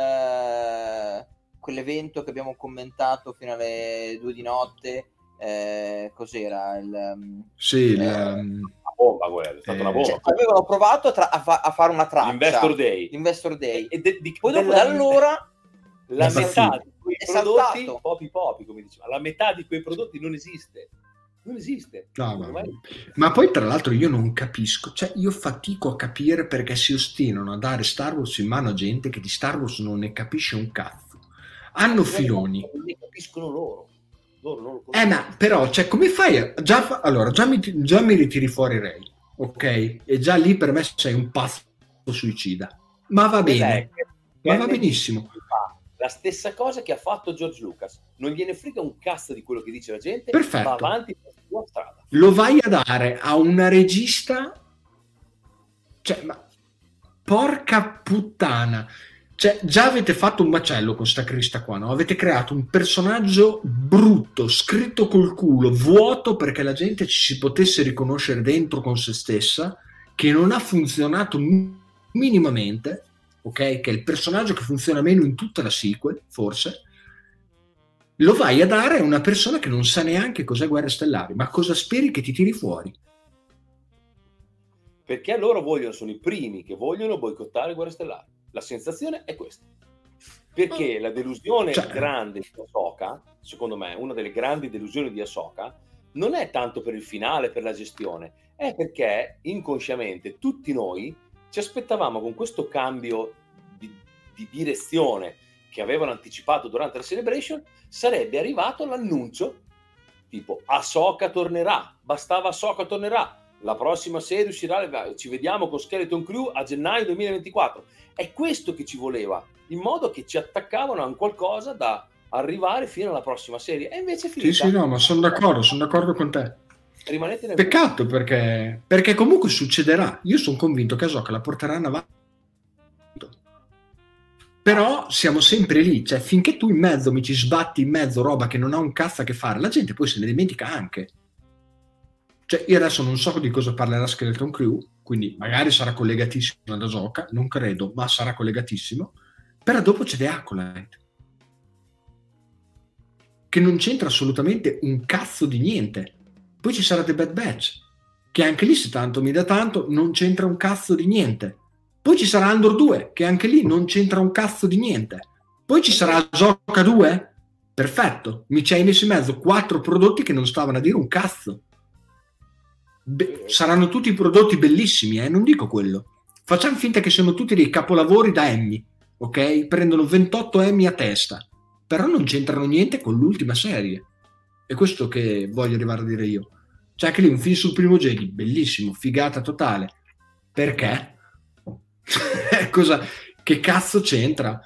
eh, quell'evento che abbiamo commentato fino alle due di notte, eh, cos'era il, um, Sì, il, Eh, um, Una bomba quella, è stata una Eh, bomba. cioè, avevano provato a, tra- a fa- a fare una traccia, L'Investor Day. l'Investor Day. E de- di- Poi dopo della- da allora la È metà impazzito. di quei È prodotti, saltato. popi popi come diceva, la metà di quei prodotti non esiste. Non esiste. No, Non ma, è- ma poi tra l'altro io non capisco, cioè io fatico a capire perché si ostinano a dare Star Wars in mano a gente che di Star Wars non ne capisce un cazzo. Hanno filoni. Non ne capiscono loro. Loro non lo Eh, conoscono. ma però, cioè, come fai a... Già, fa- allora, già mi, già mi ritiri fuori Rey, ok? E già lì per me sei un pazzo suicida. Ma va bene, ma va benissimo. La stessa cosa che ha fatto George Lucas. Non gliene frega un cazzo di quello che dice la gente, Perfetto. va avanti per la sua strada. Lo vai a dare a una regista, cioè, ma porca puttana, cioè, già avete fatto un macello con sta Crista qua, no? Avete creato un personaggio brutto, scritto col culo, vuoto perché la gente ci si potesse riconoscere dentro con se stessa, che non ha funzionato minimamente, ok? Che è il personaggio che funziona meno in tutta la sequel, forse. Lo vai a dare a una persona che non sa neanche cos'è Guerre Stellari, ma cosa speri che ti tiri fuori? Perché loro vogliono, sono i primi che vogliono boicottare Guerre Stellari. La sensazione è questa. Perché la delusione Cioè- grande di Ahsoka, secondo me, una delle grandi delusioni di Ahsoka, non è tanto per il finale, per la gestione, è perché inconsciamente tutti noi ci aspettavamo con questo cambio di, di direzione che avevano anticipato durante la Celebration, sarebbe arrivato l'annuncio tipo Ahsoka tornerà, bastava Ahsoka tornerà, la prossima serie uscirà, ci vediamo con Skeleton Crew a gennaio duemilaventiquattro. È questo che ci voleva, in modo che ci attaccavano a un qualcosa da arrivare fino alla prossima serie. E invece è Sì, finita. sì, no, ma sono d'accordo, sono d'accordo con te. Rimanete nel Peccato perché, perché comunque succederà. Io sono convinto che Ahsoka la porteranno avanti. Però siamo sempre lì, cioè finché tu in mezzo mi ci sbatti in mezzo roba che non ha un cazzo a che fare, la gente poi se ne dimentica anche. Cioè io adesso non so di cosa parlerà Skeleton Crew, quindi magari sarà collegatissimo ad Ahsoka, non credo, ma sarà collegatissimo. Però dopo c'è The Acolyte, che non c'entra assolutamente un cazzo di niente. Poi ci sarà The Bad Batch, che anche lì se tanto mi dà tanto non c'entra un cazzo di niente. Poi ci sarà Andor due, che anche lì non c'entra un cazzo di niente. Poi ci sarà Ahsoka due, perfetto, mi ci hai messo in mezzo quattro prodotti che non stavano a dire un cazzo. Be- saranno tutti prodotti bellissimi, eh? Non dico quello. Facciamo finta che siano tutti dei capolavori da Emmy, ok? Prendono ventotto Emmy a testa, però non c'entrano niente con l'ultima serie. È questo che voglio arrivare a dire io. C'è anche lì un film sul primo Jedi, bellissimo, figata totale. Perché? Cosa? Che cazzo c'entra?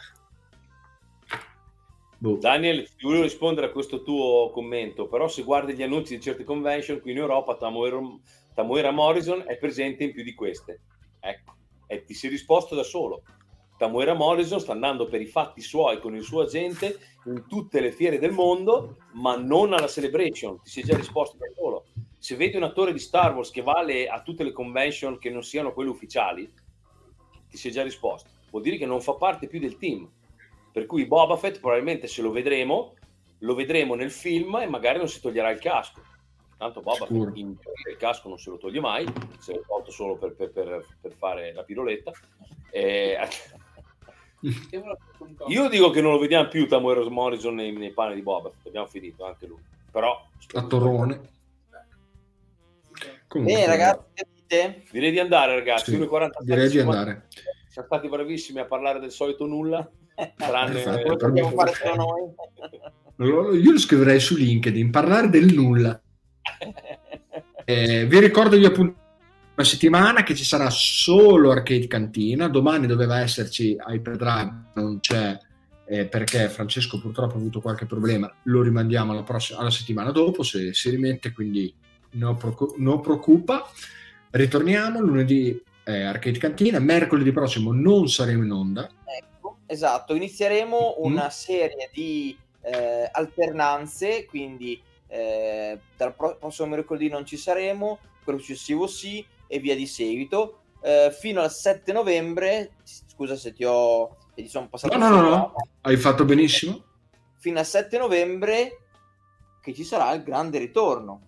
Boh. Daniel, ti volevo rispondere a questo tuo commento, però se guardi gli annunci di certe convention qui in Europa, Tamuera, Tamuera Morrison è presente in più di queste. Ecco, e ti sei risposto da solo. Tamuera Morrison sta andando per i fatti suoi con il suo agente in tutte le fiere del mondo, ma non alla Celebration. Ti sei già risposto da solo. Se vedi un attore di Star Wars che vale a tutte le convention che non siano quelle ufficiali, ti sei già risposto. Vuol dire che non fa parte più del team. Per cui Boba Fett probabilmente se lo vedremo, lo vedremo nel film e magari non si toglierà il casco. Tanto Boba Fett in, il casco non se lo toglie mai, se lo tolto solo per, per, per, per fare la piroletta. E... Io dico che non lo vediamo più Tamuera Morrison nei, nei panni di Boba Fett, abbiamo finito anche lui. Però a Torrone. Comunque, bene ragazzi, che dite? Direi di andare ragazzi, sì, uno e quarantasei, direi di andare. Siamo stati bravissimi a parlare del solito nulla. Tranne Esatto, possiamo fare solo noi. Io lo scriverei su LinkedIn, parlare del nulla. Eh, vi ricordo gli appuntamenti una settimana che ci sarà solo Arcade Cantina, domani doveva esserci Hyperdrive, non c'è eh, perché Francesco purtroppo ha avuto qualche problema, lo rimandiamo alla, prossima, alla settimana dopo se si rimette, quindi non procu- non preoccupa. Ritorniamo lunedì eh, Arcade Cantina, mercoledì prossimo non saremo in onda. Ecco, esatto, inizieremo una mm. serie di eh, alternanze, quindi eh, dal pro- prossimo mercoledì non ci saremo, quello successivo sì, e via di seguito, eh, fino al sette novembre, scusa se ti ho se ti sono passato no no no, no. Hai fatto benissimo, fino al sette novembre che ci sarà il grande ritorno,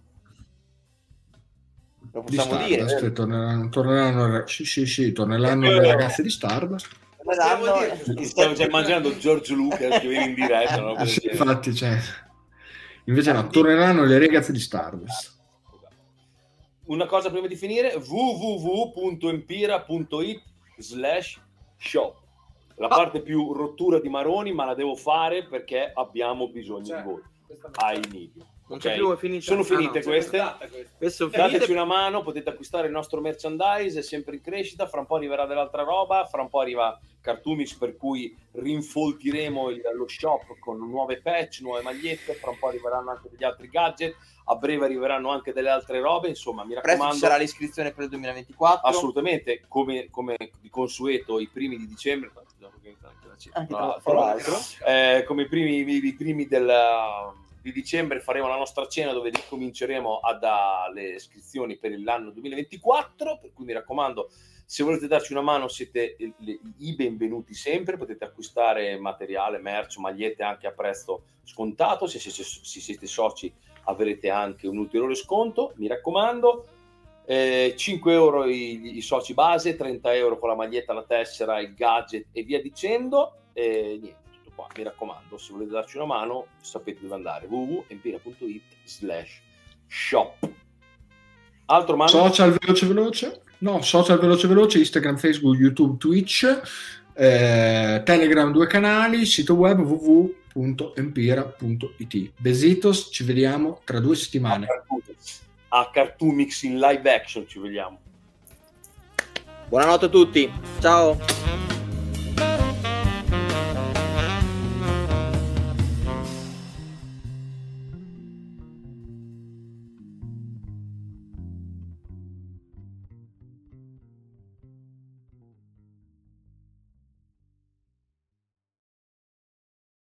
lo possiamo di dire, Stardust, torneranno, torneranno sì sì sì torneranno le ragazze di Stardust. Stiamo già immaginando George Lucas che viene in diretta, no? Sì, infatti cioè. Invece no, torneranno le ragazze di Stardust. una cosa prima di finire, w w w punto empira punto it slash shop. La Ah. parte più rottura di maroni, ma la devo fare perché abbiamo bisogno Cioè, di voi. questa Ai media. Non Ok? c'è più, è finita. Sono Ah, finite no. queste. Queste sono Dateci finite. una mano, potete acquistare il nostro merchandise, è sempre in crescita, fra un po' arriverà dell'altra roba, fra un po' arriva Cartoomix, per cui rinfoltiremo il- lo shop con nuove patch, nuove magliette, fra un po' arriveranno anche degli altri gadget, a breve arriveranno anche delle altre robe, insomma mi Presto ci raccomando. sarà l'iscrizione per il duemilaventiquattro. Assolutamente, come, come di consueto i primi di dicembre, Anche tra tra l'altro, l'altro. eh, come i primi, i, i primi del, di dicembre faremo la nostra cena dove ricominceremo a dare le iscrizioni per l'anno duemilaventiquattro, per cui mi raccomando, se volete darci una mano siete le, i benvenuti sempre, potete acquistare materiale, merce, magliette anche a prezzo scontato, se, se, se, se siete soci avrete anche un ulteriore sconto, mi raccomando. Eh, cinque euro i, i soci base, trenta euro con la maglietta, la tessera, il gadget e via dicendo. E niente, tutto qua, mi raccomando, se volete darci una mano sapete dove andare, w w w punto empira punto it slash shop. Altro mano? Social veloce veloce? No, social veloce veloce, Instagram, Facebook, YouTube, Twitch, eh, Telegram, due canali, sito web w w w punto empira punto it. Besitos, ci vediamo tra due settimane. A Cartoomix in live action ci vediamo. Buonanotte a tutti. Ciao.